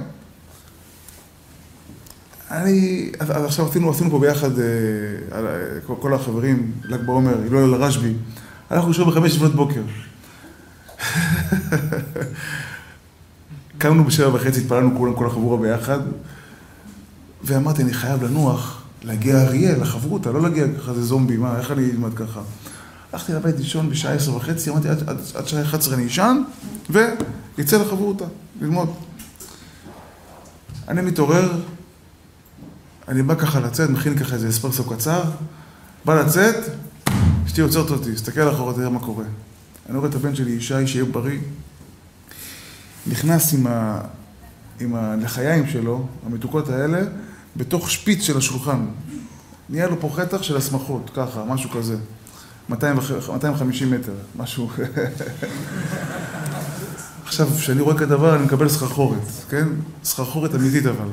אני... אז עכשיו עשינו, עשינו פה ביחד, כל, כל החברים, ל"ג בעומר, הילול לרשב"י, אנחנו יושבים בחמש לפנות בוקר. קמנו בשבע וחצי, התפללנו כולם, כל החבורה ביחד, ואמרתי, אני חייב לנוח, להגיע אריאל, לחברותה, לא להגיע ככה, זה זומבי, מה, איך אני אלמד ככה? הלכתי לבית לישון בשעה עשר וחצי, אמרתי, עד, עד, עד שעה אחת עשרה אני ישן, ויצא לחברותה, ללמוד. אני מתעורר, אני בא ככה לצאת, מכין ככה איזה אספרסו קצר, בא לצאת, אשתי עוצרת אותי, הסתכל אחורה, תראה מה קורה. אני רואה את הבן שלי, ישי, שיהיה בריא, נכנס עם, ה... עם הלחיים שלו, המתוקות האלה, בתוך שפיץ של השולחן. נהיה לו פה חתך של הסמכות, ככה, משהו כזה. מאתיים וחמישים מטר, משהו. עכשיו, כשאני רואה כדבר, אני מקבל סחרחורת, כן? סחרחורת אמיתית אבל.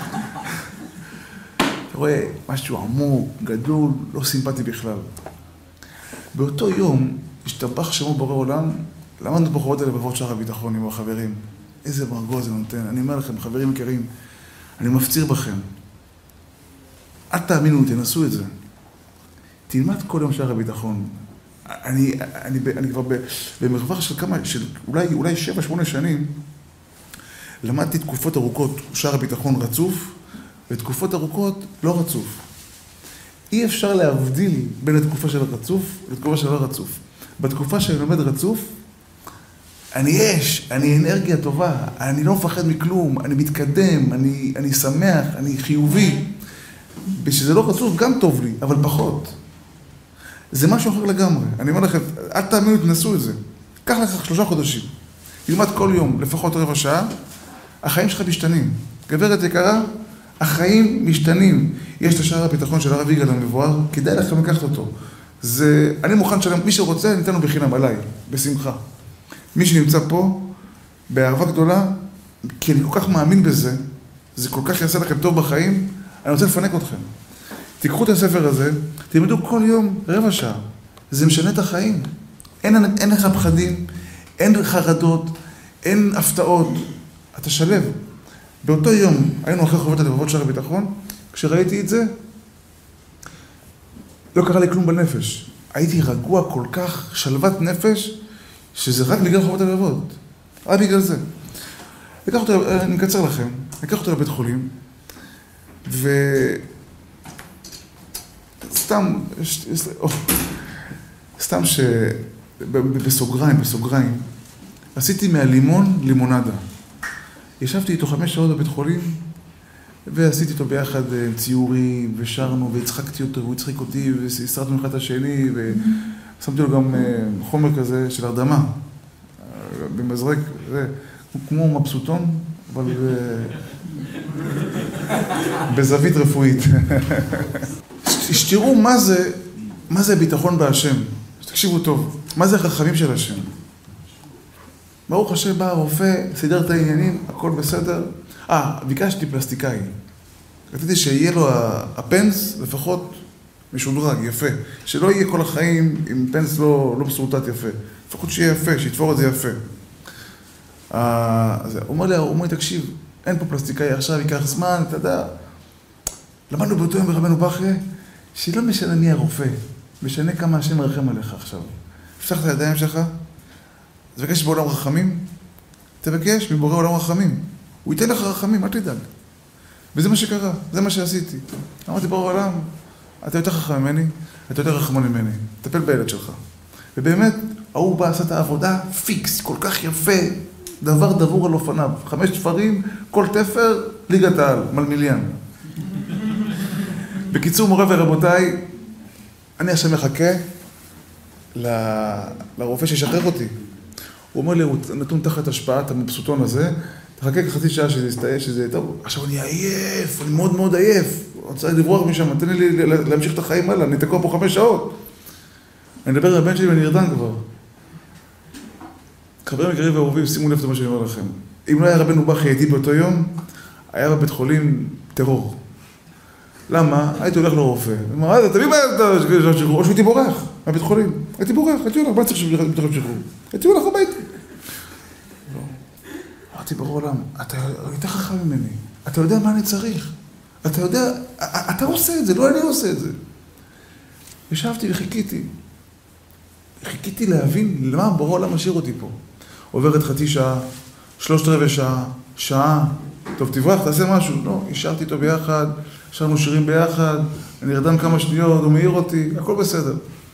אתה רואה משהו עמוק, גדול, לא סימפטי בכלל. באותו יום, השתבח שמו בורא עולם, למדנו בחורות האלה בבואות שער הביטחון עם החברים. איזה מרגוע זה נותן. אני אומר לכם, חברים יקרים, אני מפציר בכם. אל תאמינו, תנסו את זה. תלמד כל יום שער הביטחון. אני, אני, אני כבר במרווח של כמה, של אולי, אולי שבע, שמונה שנים, למדתי תקופות ארוכות שער הביטחון רצוף, ותקופות ארוכות לא רצוף. אי אפשר להבדיל בין התקופה של הרצוף לתקופה של הרצוף. בתקופה שאני לומד רצוף, אני יש, אני אנרגיה טובה, אני לא מפחד מכלום, אני מתקדם, אני, אני שמח, אני חיובי. ושזה לא רצוף גם טוב לי, אבל פחות. זה משהו אחר לגמרי. אני אומר לכם, אל תאמינו, תנסו את זה. קח לך שלושה חודשים. תלמד כל יום, לפחות רבע שעה, החיים שלך משתנים. גברת יקרה, החיים משתנים. יש את השער הביטחון של הרב יגאל המבואר, כדאי לכם לקחת אותו. זה, אני מוכן שלם, מי שרוצה, ניתן לו בחינם עליי, בשמחה. מי שנמצא פה, באהבה גדולה, כי אני כל כך מאמין בזה, זה כל כך יעשה לכם טוב בחיים, אני רוצה לפנק אתכם. תיקחו את הספר הזה, תלמדו כל יום רבע שעה. זה משנה את החיים. אין, אין לך פחדים, אין חרדות, אין הפתעות. אתה שלב. באותו יום היינו אחרי חובות הלבבות שער הביטחון, כשראיתי את זה, לא קרה לי כלום בנפש. הייתי רגוע כל כך, שלוות נפש, שזה רק בגלל חובות הלבבות. רק בגלל זה. לקח אותו, אני מקצר לכם, לקח אותו לבית חולים, ו... סתם, סתם שבסוגריים, בסוגריים, עשיתי מהלימון לימונדה. ישבתי איתו חמש שעות בבית חולים, ועשיתי איתו ביחד ציורים, ושרנו, והצחקתי אותו, והוא הצחיק אותי, והסרטנו אחד את השני, ושמתי לו גם חומר כזה של הרדמה, במזרק, זה כמו מבסוטון, אבל בזווית רפואית. תשתראו מה זה, מה זה ביטחון בהשם. תקשיבו טוב, מה זה החכמים של השם. ברוך השם בא הרופא, סידר את העניינים, הכל בסדר. אה, ביקשתי פלסטיקאי. רציתי שיהיה לו הפנס לפחות משודרג, יפה. שלא יהיה כל החיים עם פנס לא, לא מסורטט יפה. לפחות שיהיה יפה, שיתפור את זה יפה. אה, הוא אומר לי, הוא אומר לי, תקשיב, אין פה פלסטיקאי, עכשיו ייקח זמן, אתה יודע. למדנו באותו יום ברבנו בכרי, שלא משנה מי הרופא, משנה כמה השם מרחם עליך עכשיו. פתח את הידיים שלך, תבקש בעולם רחמים, תבקש מבורא עולם רחמים. הוא ייתן לך רחמים, אל תדאג. וזה מה שקרה, זה מה שעשיתי. אמרתי, בורא עולם, אתה יותר חכם ממני, אתה יותר רחמון ממני, תטפל בילד שלך. ובאמת, ההוא בא, עשה את העבודה, פיקס, כל כך יפה, דבר דבור על אופניו. חמש תפרים, כל תפר, ליגת העל, מלמיליאן. בקיצור, מורה ורבותיי, אני עכשיו מחכה לרופא שישחרר אותי. הוא אומר לי, הוא נתון תחת השפעת המבסוטון הזה, תחכה כחצי שעה שזה יסתהיה, שזה טוב. עכשיו אני עייף, אני מאוד מאוד עייף. אני צריך לברוח משם, תן לי להמשיך את החיים הלאה, אני תקוע פה חמש שעות. אני מדבר על הבן שלי ואני נרדם כבר. חברים יקרים ואהובים, שימו לב את מה שאני אומר לכם. אם לא היה רבנו בכי איתי באותו יום, היה בבית חולים טרור. למה? הייתי הולך לרופא. הוא אמר, תביא מה אתה שחרור, או שהייתי בורח מהבית חולים. הייתי בורח, הייתי הולך, מה צריך שחרור? הייתי הולך הביתה. לא. אמרתי ברור עולם, אתה יותר חכם ממני. אתה יודע מה אני צריך. אתה יודע, אתה עושה את זה, לא אני עושה את זה. ישבתי וחיכיתי. חיכיתי להבין למה ברור עולם משאיר אותי פה. עוברת חצי שעה, שלושת רבעי שעה, שעה. טוב, תברח, תעשה משהו. לא, השארתי איתו ביחד, שרנו שירים ביחד, אני נרדם כמה שניות, הוא מעיר אותי, הכל בסדר.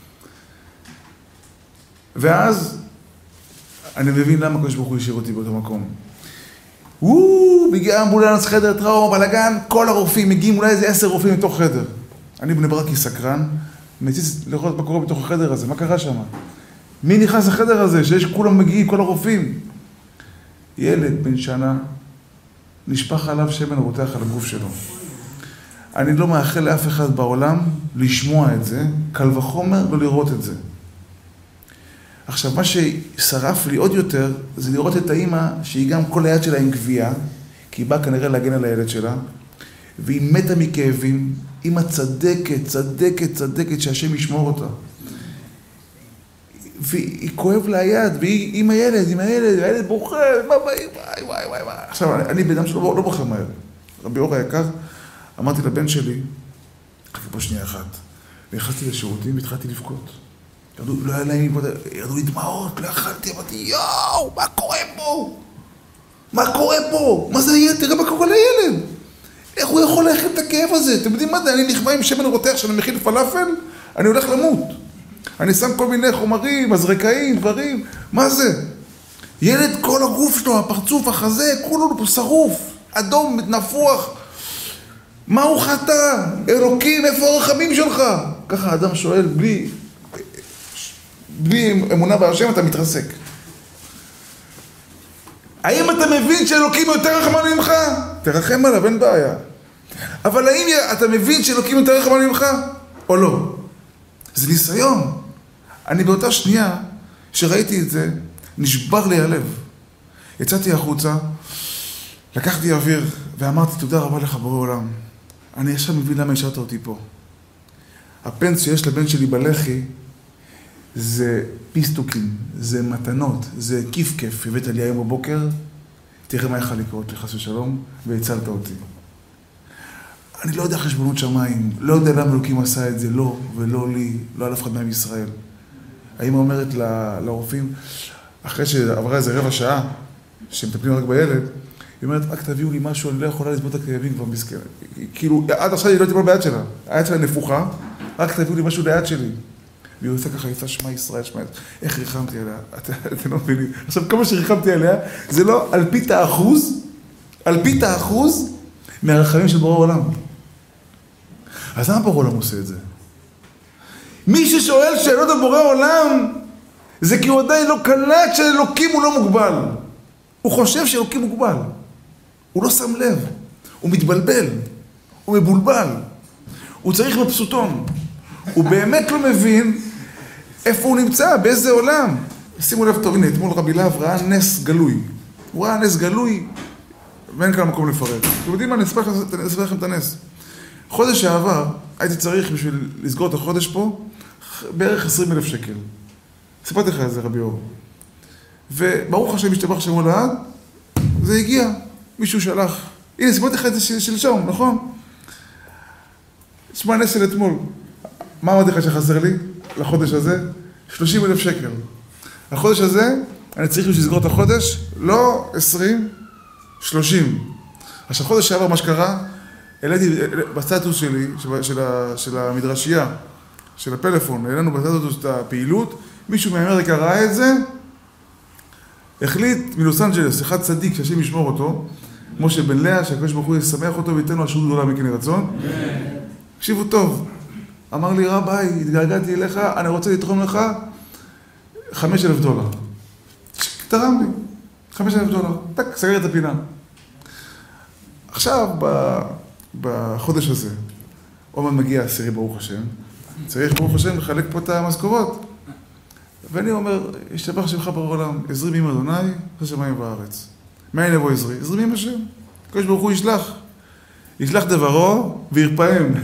ואז אני מבין למה הקדוש ברוך הוא השאיר אותי באותו מקום. וואו, מגיע אמבולנס, חדר טראומה, בלגן, כל הרופאים מגיעים, אולי איזה עשר רופאים מתוך חדר. אני בני ברק סקרן, מציץ לראות מה קורה בתוך החדר הזה, מה קרה שם? מי נכנס לחדר הזה, שיש כולם מגיעים, כל הרופאים? ילד בן שנה, נשפך עליו שמן רותח על הגוף שלו. אני לא מאחל לאף אחד בעולם לשמוע את זה, קל וחומר לא לראות את זה. עכשיו, מה ששרף לי עוד יותר, זה לראות את האמא שהיא גם כל היד שלה עם גבייה, כי היא באה כנראה להגן על הילד שלה, והיא מתה מכאבים, אמא צדקת, צדקת, צדקת, שהשם ישמור אותה. והיא כואב לה היד, והיא עם הילד, עם הילד, והילד בוכה, וואי, וואי, וואי, וואי, וואי. עכשיו, אני, אני בדם שלו לא בוכה מהר. רבי אור היקר, אמרתי לבן שלי, חכה פה שנייה אחת, והכנסתי לשירותים והתחלתי לבכות. ירדו, לא היה להם, ירדו לי דמעות, לא יכלתי, אמרתי, יואו, מה קורה פה? מה קורה פה? מה זה הילד? תראה מה קורה לילד. איך הוא יכול להכיל את הכאב הזה? אתם יודעים מה זה? אני נכווה עם שמן רותח שאני מכיל פלאפל, אני הולך למות. אני שם כל מיני חומרים, מזרקאים, דברים, מה זה? ילד, כל הגוף שלו, הפרצוף, החזה, כולו פה שרוף, אדום, נפוח. מה הוא חטא? אלוקים, איפה הרחמים שלך? ככה האדם שואל, בלי, בלי אמונה בהשם, אתה מתרסק. האם אתה מבין שאלוקים יותר רחמן ממך? תרחם עליו, אין בעיה. אבל האם אתה מבין שאלוקים יותר רחמן ממך? או לא? זה ניסיון. אני באותה שנייה שראיתי את זה, נשבר לי הלב. יצאתי החוצה, לקחתי אוויר ואמרתי תודה רבה לך בורא עולם. אני עכשיו מבין למה השארת אותי פה. הפנס שיש לבן שלי בלחי זה פיסטוקים, זה מתנות, זה כיף כיף. הבאת לי היום בבוקר, תראה מה יכול לקרות, לחס ושלום, והצלת אותי. אני לא יודע חשבונות שמיים, לא יודע למה אלוקים עשה את זה, לא ולא לי, לא על אף אחד מהם ישראל. האמא אומרת ל- לרופאים, אחרי שעברה איזה רבע שעה, שמטפלים רק בילד, היא אומרת, רק תביאו לי משהו, אני לא יכולה לסבול את הכאבים כבר מסכן. כאילו, עד עכשיו היא לא תיפול ביד שלה, היד שלה נפוחה, רק תביאו לי משהו ליד שלי. והיא עושה ככה, יפה, שמע ישראל, שמע, איך ריחמתי עליה, אתם לא מבינים. עכשיו, כמה שריחמתי עליה, זה לא על פית האחוז, על פית האחוז מהרחמים של בורא עולם. אז למה בורא עולם עושה את זה? מי ששואל שאלות על בורא עולם, זה כי הוא עדיין לא קלט שאלוקים הוא לא מוגבל. הוא חושב שאלוקים מוגבל. הוא לא שם לב. הוא מתבלבל. הוא מבולבל. הוא צריך מבסוטון. הוא באמת לא מבין איפה הוא נמצא, באיזה עולם. שימו לב טוב, הנה, אתמול רבי להב ראה נס גלוי. הוא ראה נס גלוי, ואין כאן מקום לפרט. אתם יודעים מה? אני אספר לכם את הנס. חודש שעבר, הייתי צריך בשביל לסגור את החודש פה, בערך עשרים אלף שקל. סיפרתי לך את זה, רבי אור. וברוך השם משתבח שם הולד, זה הגיע. מישהו שלח. הנה, סיפרתי לך את זה שלשום, נכון? שמע, נס של אתמול. מה אמרתי לך שחסר לי לחודש הזה? שלושים אלף שקל. החודש הזה, אני צריך בשביל לסגור את החודש, לא עשרים, שלושים. עכשיו, חודש שעבר מה שקרה, העליתי בסטטוס שלי, של, של המדרשייה, של הפלאפון, העלינו בסטטוס את הפעילות, מישהו מאמריקה ראה את זה, החליט מלוס אנג'לס, אחד צדיק שהשם ישמור אותו, משה בן לאה, שהקדוש ברוך הוא ישמח אותו וייתן לו השרות גדולה מכן רצון. תקשיבו טוב, אמר לי רביי, התגעגעתי אליך, אני רוצה לתרום לך חמש אלף דולר. תרם לי, חמש אלף דולר. טק, סגר את הפינה. עכשיו, בחודש הזה, עומד מגיע עשירי ברוך השם, צריך ברוך השם לחלק פה את המשכורות. ואני אומר, ישתבח שמך בעולם, עזרי בים אדוני, השמיים וארץ. מאין יבוא עזרי? עזרי בים השם. הקדוש ברוך הוא ישלח. ישלח דברו וירפאם.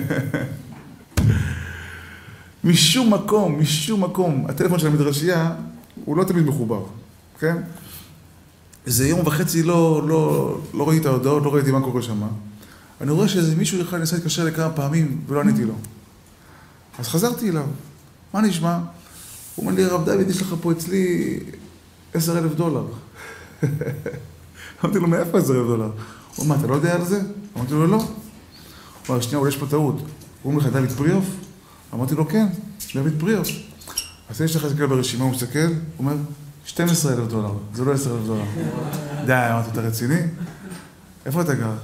משום מקום, משום מקום, הטלפון של המדרשייה הוא לא תמיד מחובר, כן? איזה יום וחצי לא, לא, לא ראיתי את ההודעות, לא ראיתי מה קורה שם. אני רואה שאיזה מישהו יכול לנסה להתקשר לכמה פעמים ולא עניתי לו. אז חזרתי אליו. מה נשמע? הוא אומר לי, הרב דוד, יש לך פה אצלי עשר אלף דולר. אמרתי לו, מאיפה עשר אלף דולר? הוא אומר, אתה לא יודע על זה? אמרתי לו, לא. הוא אומר, שנייה, אולי יש פה טעות. הוא אומר לך, דוד פריאוף? אמרתי לו, כן, דוד פריאוף. אז יש לך להסתכל ברשימה, הוא מסתכל, הוא אומר, שנים עשר אלף דולר, זה לא עשר אלף דולר. די, אמרתי, אתה רציני? איפה אתה גר?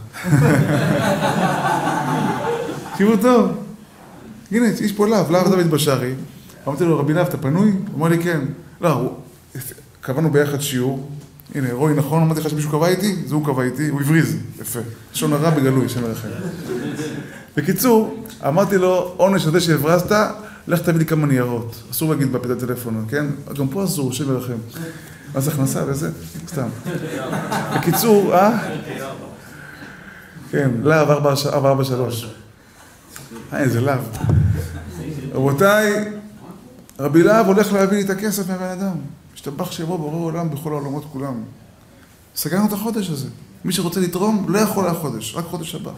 תראו טוב. הנה, יש פה להב, להב דוד בשארי. אמרתי לו, רבי להב, אתה פנוי? הוא אמר לי, כן. לא, קבענו ביחד שיעור. הנה, רואי, נכון, אמרתי לך שמישהו קבע איתי? זה הוא קבע איתי, הוא הבריז. יפה. לשון הרע בגלוי, שם הרחל. בקיצור, אמרתי לו, עונש הזה שהברזת, לך תביא לי כמה ניירות. אסור להגיד בפתת טלפון, כן? גם פה אסור, שם ירחם. אז הכנסה וזה, סתם. בקיצור, אה? כן, להב ארבע ארבע שלוש. אה, איזה להב. רבותיי, רבי להב הולך להביא לי את הכסף מהבן אדם. משתבח שיבוא בורא עולם בכל העולמות כולם. סגרנו את החודש הזה. מי שרוצה לתרום, לא יכול לחודש, רק חודש הבא.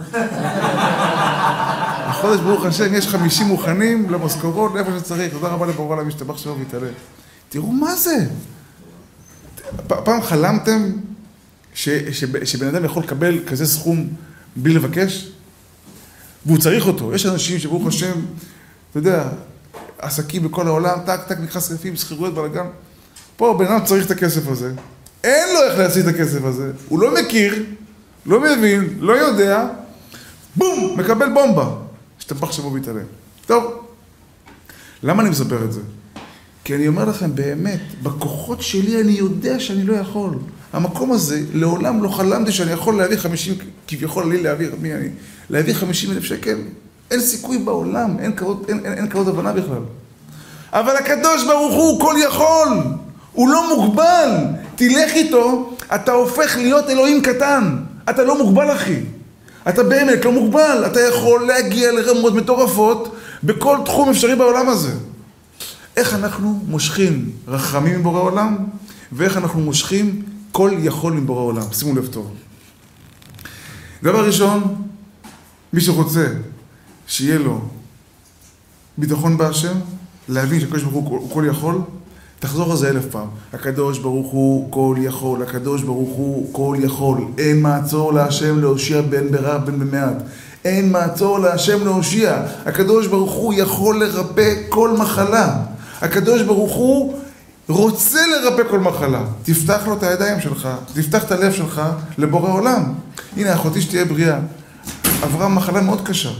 החודש ברוך השם, יש חמישים מוכנים למשכורות, לאיפה שצריך. תודה רבה לבורא עולם, משתבח שיבוא ויתעלה. תראו מה זה. פעם חלמתם שבן אדם יכול לקבל כזה סכום בלי לבקש? והוא צריך אותו. יש אנשים שברוך השם, אתה יודע, עסקים בכל העולם, טק, טק, נכנס כספים, שכירויות, בלגן. פה בן אדם צריך את הכסף הזה. אין לו איך להשיג את הכסף הזה. הוא לא מכיר, לא מבין, לא יודע. בום! מקבל בומבה. שתפח שבו ויתעלה. טוב. למה אני מספר את זה? כי אני אומר לכם, באמת, בכוחות שלי אני יודע שאני לא יכול. המקום הזה, לעולם לא חלמתי שאני יכול להביא חמישים, כביכול לי להביא, מי אני? להביא חמישים אלף שקל. אין סיכוי בעולם, אין כבוד, אין, אין, אין כבוד הבנה בכלל. אבל הקדוש ברוך הוא כל יכול. הוא לא מוגבל. תלך איתו, אתה הופך להיות אלוהים קטן. אתה לא מוגבל, אחי. אתה באמת לא מוגבל. אתה יכול להגיע לרמות מטורפות בכל תחום אפשרי בעולם הזה. איך אנחנו מושכים רחמים מבורא עולם, ואיך אנחנו מושכים כל יכול מבורא עולם. שימו לב טוב. דבר ראשון, מי שרוצה שיהיה לו ביטחון בהשם, להבין שהקדוש ברוך הוא כל יכול, תחזור על זה אלף פעם. הקדוש ברוך הוא כל יכול, הקדוש ברוך הוא כל יכול. אין מעצור להשם להושיע בין ברב בין במעט. אין מעצור להשם להושיע. הקדוש ברוך הוא יכול לרפא כל מחלה. הקדוש ברוך הוא רוצה לרפא כל מחלה. תפתח לו את הידיים שלך, תפתח את הלב שלך לבורא עולם. הנה, אחותי שתהיה בריאה. עברה מחלה מאוד קשה.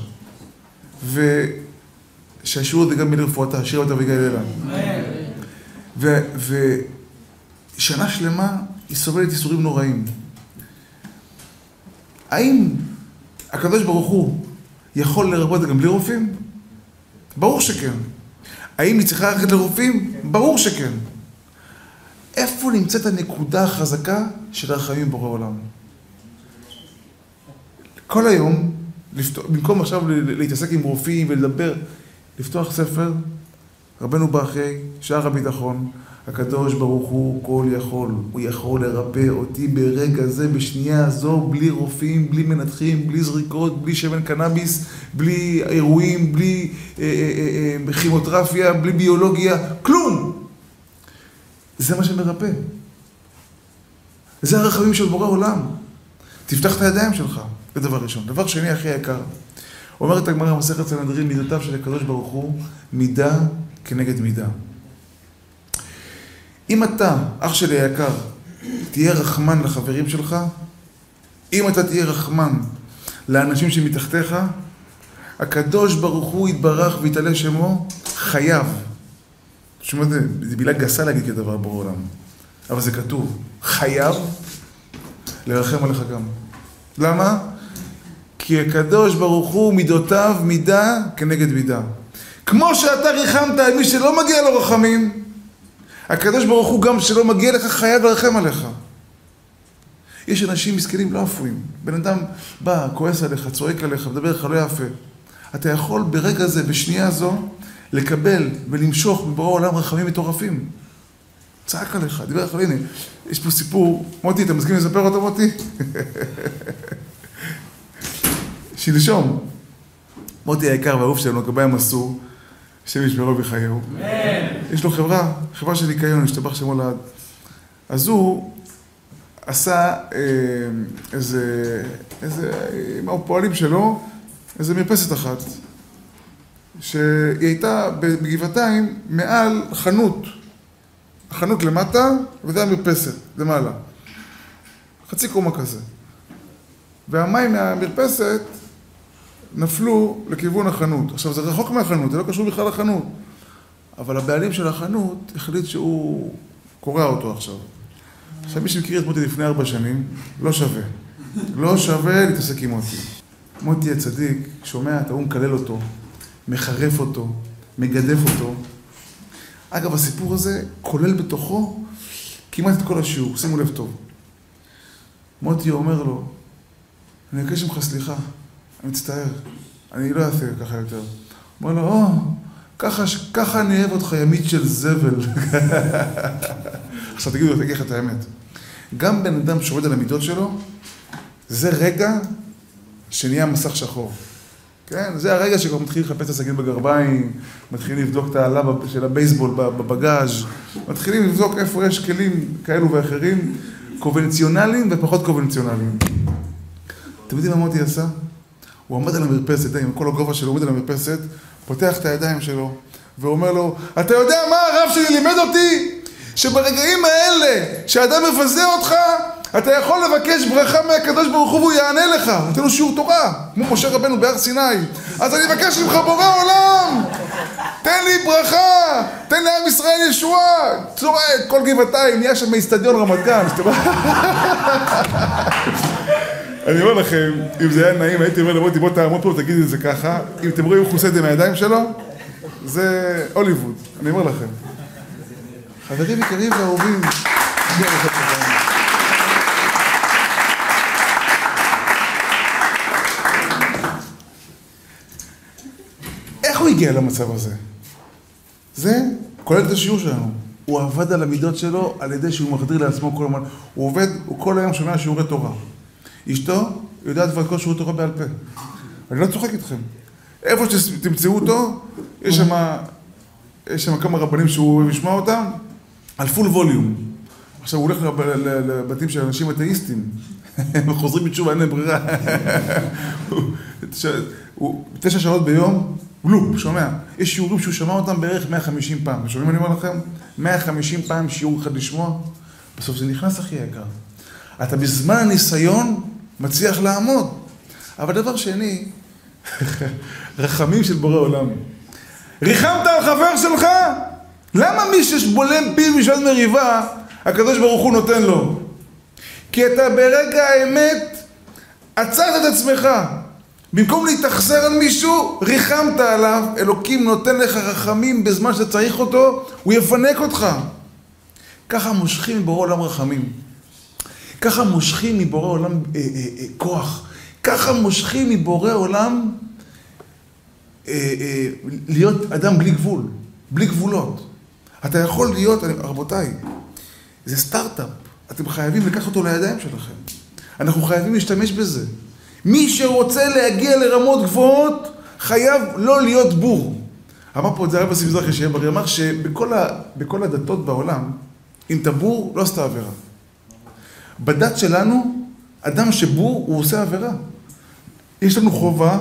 ושהשיעור הזה גם מלרפואתה, שירה אותה ויגאל אלה. ושנה שלמה היא סובלת איסורים נוראים. האם הקדוש ברוך הוא יכול לרפא גם בלי רופאים? ברור שכן. האם היא צריכה ללכת לרופאים? ברור שכן. איפה נמצאת הנקודה החזקה של הרחמים בורא עולם? כל היום, לפתוח, במקום עכשיו להתעסק עם רופאים ולדבר, לפתוח ספר, רבנו ברכי, שער הביטחון, הקדוש ברוך הוא כל יכול, הוא יכול לרפא אותי ברגע זה, בשנייה הזו, בלי רופאים, בלי מנתחים, בלי זריקות, בלי שמן קנאביס, בלי אירועים, בלי אה, אה, אה, כימותרפיה, בלי ביולוגיה, כלום. זה מה שמרפא. זה הרחמים של בורא עולם. תפתח את הידיים שלך, זה דבר ראשון. דבר שני, הכי יקר. אומרת הגמרא במסכת סנהדרין, מידותיו של הקדוש ברוך הוא, מידה כנגד מידה. אם אתה, אח שלי היקר, תהיה רחמן לחברים שלך, אם אתה תהיה רחמן לאנשים שמתחתיך, הקדוש ברוך הוא יתברך ויתעלה שמו, חייב, תשמע, זה מילה גסה להגיד כדבר בורא עולם. אבל זה כתוב, חייב לרחם עליך גם. למה? כי הקדוש ברוך הוא מידותיו מידה כנגד מידה. כמו שאתה ריחמת על מי שלא מגיע לו רחמים, הקדוש ברוך הוא גם שלא מגיע לך חייב לרחם עליך. יש אנשים מסכנים לא אפויים. בן אדם בא, כועס עליך, צועק עליך, מדבר לך לא יפה. אתה יכול ברגע זה, בשנייה זו, לקבל ולמשוך מבורא עולם רחמים מטורפים. צעק עליך, דיבר לך, הנה, יש פה סיפור. מוטי, אתה מסכים לספר אותו, מוטי? שלשום. מוטי היקר והאהוב שלנו, גבי המסור, השם ישמרו בחייהו. יש לו חברה, חברה של ניקיון, השתבח שמו לעד. אז הוא עשה איזה, איזה, עם הפועלים שלו, איזה מרפסת אחת, שהיא הייתה בגבעתיים מעל חנות. החנות למטה, וזה המרפסת, למעלה. חצי קומה כזה. והמים מהמרפסת נפלו לכיוון החנות. עכשיו, זה רחוק מהחנות, זה לא קשור בכלל לחנות. אבל הבעלים של החנות החליט שהוא קורא אותו עכשיו. עכשיו, מי שמכיר את מוטי לפני ארבע שנים, לא שווה. לא שווה להתעסק עם מוטי. מוטי הצדיק, שומע, אתה הוא מקלל אותו, מחרף אותו, מגדף אותו. אגב, הסיפור הזה כולל בתוכו כמעט את כל השיעור, שימו לב טוב. מוטי אומר לו, אני אבקש ממך סליחה, אני מצטער, אני לא אעשה ככה יותר. אומר לו, או, ככה, ככה אני אוהב אותך ימית של זבל. עכשיו תגידו, תגיד לך את האמת. גם בן אדם שעובד על המידות שלו, זה רגע שנהיה מסך שחור. כן? זה הרגע שכבר מתחיל לחפש את הסכין בגרביים, מתחילים לבדוק את העלה של הבייסבול בבגאז', מתחילים לבדוק איפה יש כלים כאלו ואחרים, קונבנציונליים ופחות קונבנציונליים. אתם יודעים מה מוטי עשה? הוא עמד על המרפסת, עם כל הגובה שלו, הוא עומד על המרפסת, פותח את הידיים שלו, ואומר לו, אתה יודע מה הרב שלי לימד אותי? שברגעים האלה, שהאדם מבזה אותך, אתה יכול לבקש ברכה מהקדוש ברוך הוא והוא יענה לך. נותן לו שיעור תורה, כמו משה רבנו בהר סיני. אז אני מבקש ממך בורא עולם, תן לי ברכה, תן לעם ישראל ישועה. צורה, כל גבעתיים, נהיה שם מאצטדיון רמת גן. אני אומר לכם, אם זה היה נעים, הייתי אומר למוטי, בוא תעמוד פה ותגיד את זה ככה. אם אתם רואים חוסד מהידיים שלו, זה הוליווד, אני אומר לכם. חברים יקרים ואהובים, איך הוא הגיע למצב הזה? זה כולל את השיעור שלנו. הוא עבד על המידות שלו על ידי שהוא מחדיר לעצמו כל הזמן. הוא עובד, הוא כל היום שומע שיעורי תורה. אשתו יודעת כבר כל שיעורי תורה בעל פה. אני לא צוחק איתכם. איפה שתמצאו אותו, יש שם, יש שם כמה רבנים שהוא אוהב לשמוע אותם, על פול ווליום. עכשיו הוא הולך לבתים של אנשים אתאיסטים. הם חוזרים בתשובה, אין להם ברירה. הוא תשע שעות ביום, לופ, שומע. יש שיעורים שהוא שמע אותם בערך מאה וחמישים פעם. ושומעים אני אומר לכם? מאה וחמישים פעם שיעור אחד לשמוע. בסוף זה נכנס הכי יקר. אתה בזמן הניסיון מצליח לעמוד. אבל דבר שני, רחמים של בורא עולם. ריחמת על חבר שלך? למה מי שבולם פיל משעת מריבה, הקדוש ברוך הוא נותן לו? כי אתה ברגע האמת עצרת את עצמך. במקום להתאכזר על מישהו, ריחמת עליו, אלוקים נותן לך רחמים בזמן שאתה צריך אותו, הוא יפנק אותך. ככה מושכים מבורא עולם רחמים. ככה מושכים מבורא עולם אה, אה, אה, כוח. ככה מושכים מבורא עולם אה, אה, להיות אדם בלי גבול, בלי גבולות. אתה יכול להיות, רבותיי, זה סטארט-אפ. אתם חייבים לקחת אותו לידיים שלכם. אנחנו חייבים להשתמש בזה. מי שרוצה להגיע לרמות גבוהות, חייב לא להיות בור. אמר פה את זה הרב אסי מזרחי שיהיה בריא, אמר שבכל ה, בכל הדתות בעולם, אם אתה בור, לא עשתה עבירה. בדת שלנו, אדם שבור, הוא עושה עבירה. יש לנו חובה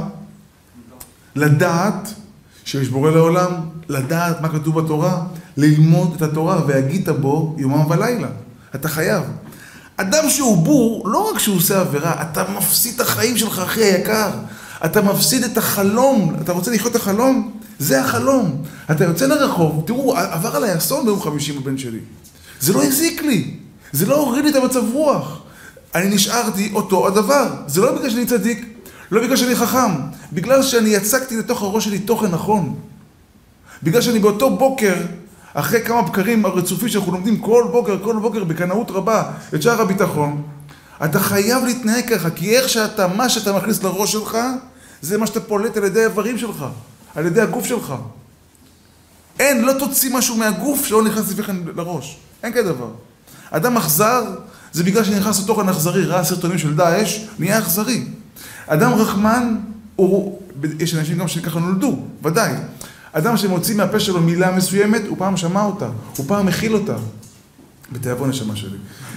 לדעת שיש בורא לעולם, לדעת מה כתוב בתורה, ללמוד את התורה והגית בו יומם ולילה. אתה חייב. אדם שהוא בור, לא רק שהוא עושה עבירה, אתה מפסיד את החיים שלך, אחי היקר. אתה מפסיד את החלום. אתה רוצה לחיות את החלום? זה החלום. אתה יוצא לרחוב, תראו, עבר עליי אסון ביום חמישי בבן שלי. זה לא הזיק לי, זה לא הוריד לי את המצב רוח. אני נשארתי אותו הדבר. זה לא בגלל שאני צדיק, לא בגלל שאני חכם, בגלל שאני יצקתי לתוך הראש שלי תוכן נכון. בגלל שאני באותו בוקר, אחרי כמה בקרים הרצופים שאנחנו לומדים כל בוקר, כל בוקר בקנאות רבה את שער הביטחון, אתה חייב להתנהג ככה, כי איך שאתה, מה שאתה מכניס לראש שלך, זה מה שאתה פולט על ידי האיברים שלך, על ידי הגוף שלך. אין, לא תוציא משהו מהגוף שלא נכנס לפני לראש. אין כזה דבר. אדם אכזר, זה בגלל שנכנס לתוכן אכזרי, ראה סרטונים של דאעש, נהיה אכזרי. אדם רחמן, הוא, יש אנשים גם שככה נולדו, ודאי. אדם שמוציא מהפה שלו מילה מסוימת, הוא פעם שמע אותה, הוא פעם מכיל אותה. בתיאבון נשמה שלי.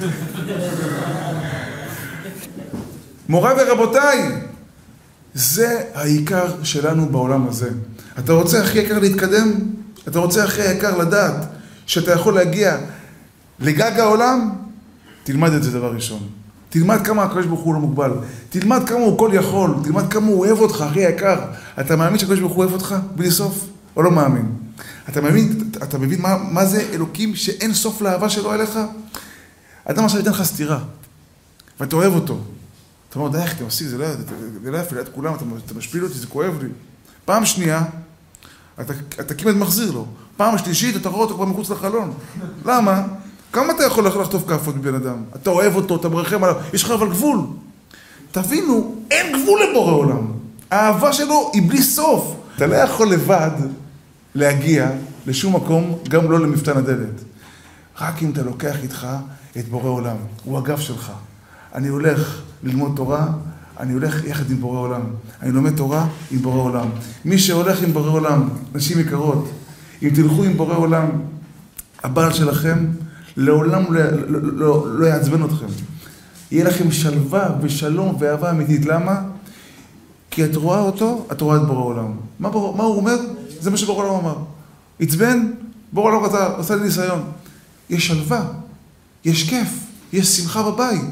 מורה ורבותיי, זה העיקר שלנו בעולם הזה. אתה רוצה הכי יקר להתקדם? אתה רוצה הכי יקר לדעת שאתה יכול להגיע לגג העולם? תלמד את זה דבר ראשון. תלמד כמה הקדוש ברוך הוא לא מוגבל. תלמד כמה הוא כל יכול. תלמד כמה הוא אוהב אותך, הכי יקר. אתה מאמין שהקדוש ברוך הוא אוהב אותך בלי סוף? או לא מאמין? אתה מבין, אתה מבין מה, מה זה אלוקים שאין סוף לאהבה שלו אליך? אדם עכשיו ייתן לך סתירה, ואתה אוהב אותו. אתה אומר, די, איך אתה עושה, זה לא, זה לא יפה ליד כולם, אתה, אתה משפיל אותי, זה כואב לי. פעם שנייה, אתה, אתה כמעט מחזיר לו. פעם שלישית, אתה רואה אותו כבר מחוץ לחלון. למה? כמה אתה יכול לחטוף כאפות מבן אדם? אתה אוהב אותו, אתה מרחם עליו, יש לך אבל גבול. תבינו, אין גבול לבורא עולם. האהבה שלו היא בלי סוף. אתה לא יכול לבד להגיע לשום מקום, גם לא למפתן הדלת. רק אם אתה לוקח איתך את בורא עולם, הוא הגב שלך. אני הולך ללמוד תורה, אני הולך יחד עם בורא עולם. אני לומד תורה עם בורא עולם. מי שהולך עם בורא עולם, נשים יקרות, אם תלכו עם בורא עולם, הבעל שלכם לעולם לא, לא, לא, לא יעצבן אתכם. יהיה לכם שלווה ושלום ואהבה אמיתית. למה? כי את רואה אותו, את רואה את בורא עולם. מה, בור... מה הוא אומר? זה מה שבורא עולם אמר. עצבן, בורא עולם רצה, עושה לי ניסיון. יש שלווה, יש כיף, יש שמחה בבית.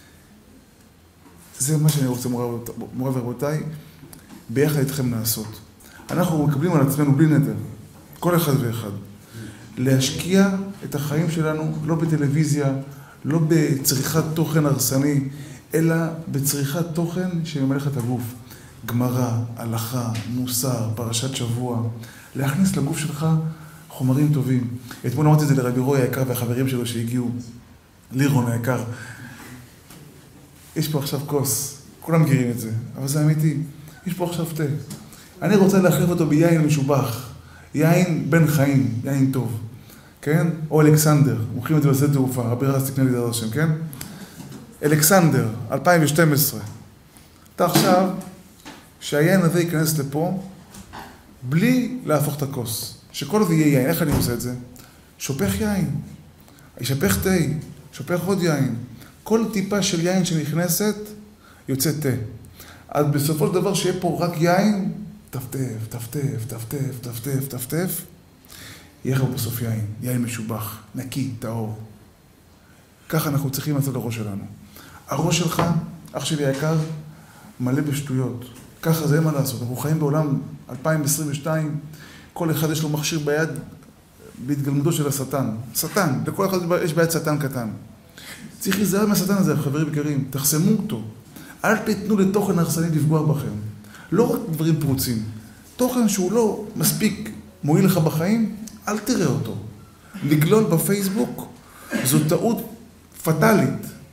זה מה שאני רוצה, מורה, מורה ורבותיי, ביחד איתכם לעשות. אנחנו מקבלים על עצמנו בלי נדר, כל אחד ואחד. להשקיע את החיים שלנו לא בטלוויזיה, לא בצריכת תוכן הרסני, אלא בצריכת תוכן שממלך את הגוף. גמרא, הלכה, מוסר, פרשת שבוע. להכניס לגוף שלך חומרים טובים. אתמול אמרתי את זה לרבי רוי היקר והחברים שלו שהגיעו, לירון היקר. יש פה עכשיו כוס, כולם מכירים את זה, אבל זה אמיתי. יש פה עכשיו תה. אני רוצה להחליף אותו ביין משובח. יין בן חיים, יין טוב. כן? או אלכסנדר, מוכרים את זה בשדה תעופה, רבי רז תקנה לי דבר שם, כן? אלכסנדר, אלפיים ושתים עשרה. אתה עכשיו, שהיין הזה ייכנס לפה, בלי להפוך את הכוס. שכל זה יהיה יין. איך אני עושה את זה? שופך יין. ישפך תה, שופך עוד יין. כל טיפה של יין שנכנסת, יוצא תה. אז בסופו של דבר שיהיה פה רק יין, טפטף, טפטף, טפטף, טפטף, טפטף, יהיה לך בסוף יין, יין משובח, נקי, טהור. ככה אנחנו צריכים לעשות לראש שלנו. הראש שלך, אח שלי היקר, מלא בשטויות. ככה זה אין מה לעשות. אנחנו חיים בעולם אלפיים עשרים ושתיים, כל אחד יש לו מכשיר ביד בהתגלמותו של השטן. שטן, לכל אחד יש ביד שטן קטן. צריך להיזהר מהשטן הזה, חברים יקרים, תחסמו אותו. אל תיתנו לתוכן הרסני לפגוע בכם. לא רק דברים פרוצים. תוכן שהוא לא מספיק מועיל לך בחיים, אל תראה אותו. לגלול בפייסבוק זו טעות פטלית.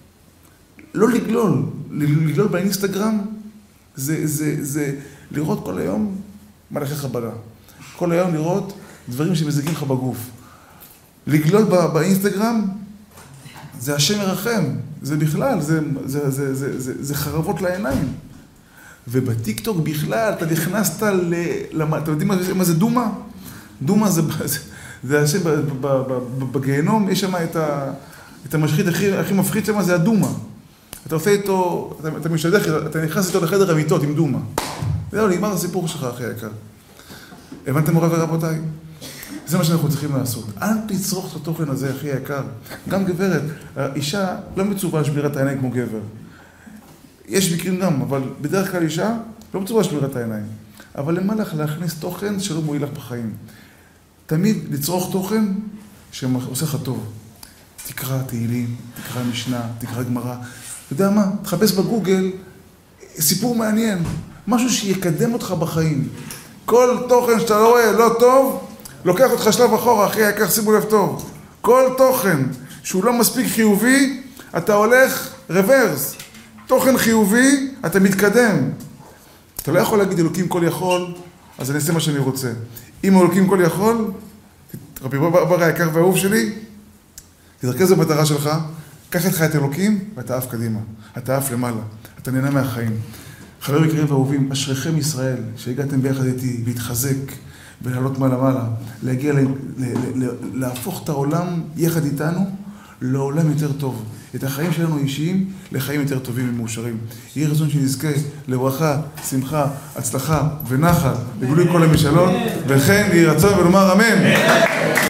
לא לגלול, לגלול באינסטגרם זה, זה, זה לראות כל היום מלאכי חבלה. כל היום לראות דברים שמזיקים לך בגוף. לגלול באינסטגרם זה השם ירחם, זה בכלל, זה, זה, זה, זה, זה, זה חרבות לעיניים. ובטיקטוק בכלל, אתה נכנסת ל... אתה יודעים מה זה דומה? דומה זה, זה, זה השם, בגיהנום יש שם את, ה, את המשחית הכי, הכי מפחיד שם, זה הדומה. אתה עושה איתו, אתה, אתה משתדך, אתה נכנס איתו לחדר המיטות עם דומה. זהו, נגמר הסיפור שלך, אחי היקר. הבנתם מורה ורבותיי? זה מה שאנחנו צריכים לעשות. אל תצרוך את התוכן הזה, אחי היקר. גם גברת, האישה לא מצווה שבירת העיניים כמו גבר. יש מקרים גם, אבל בדרך כלל אישה לא מצווה שבירת העיניים. אבל למה לך להכניס תוכן שלא מועיל לך בחיים? תמיד לצרוך תוכן שעושה לך טוב. תקרא תהילים, תקרא משנה, תקרא גמרא. אתה יודע מה? תחפש בגוגל סיפור מעניין, משהו שיקדם אותך בחיים. כל תוכן שאתה לא רואה לא טוב, לוקח אותך שלב אחורה, אחי היקר, שימו לב טוב. כל תוכן שהוא לא מספיק חיובי, אתה הולך רוורס. תוכן חיובי, אתה מתקדם. אתה לא יכול להגיד אלוקים כל יכול, אז אני אעשה מה שאני רוצה. אם אלוקים כל יכול, רבי בר היקר והאהוב שלי, תתרכז במטרה שלך, קח איתך את אלוקים ואתה עף קדימה. אתה עף למעלה. אתה נהנה מהחיים. חברים יקרים ואהובים, אשריכם ישראל, שהגעתם ביחד איתי להתחזק ולעלות מעלה מעלה, להגיע, ל, ל, ל, ל, להפוך את העולם יחד איתנו לעולם יותר טוב. את החיים שלנו אישיים לחיים יותר טובים ומאושרים. יהיה רצון שנזכה לברכה, שמחה, הצלחה ונחת, בגילוי כל המשאלות, וכן יהי רצון ולומר אמן.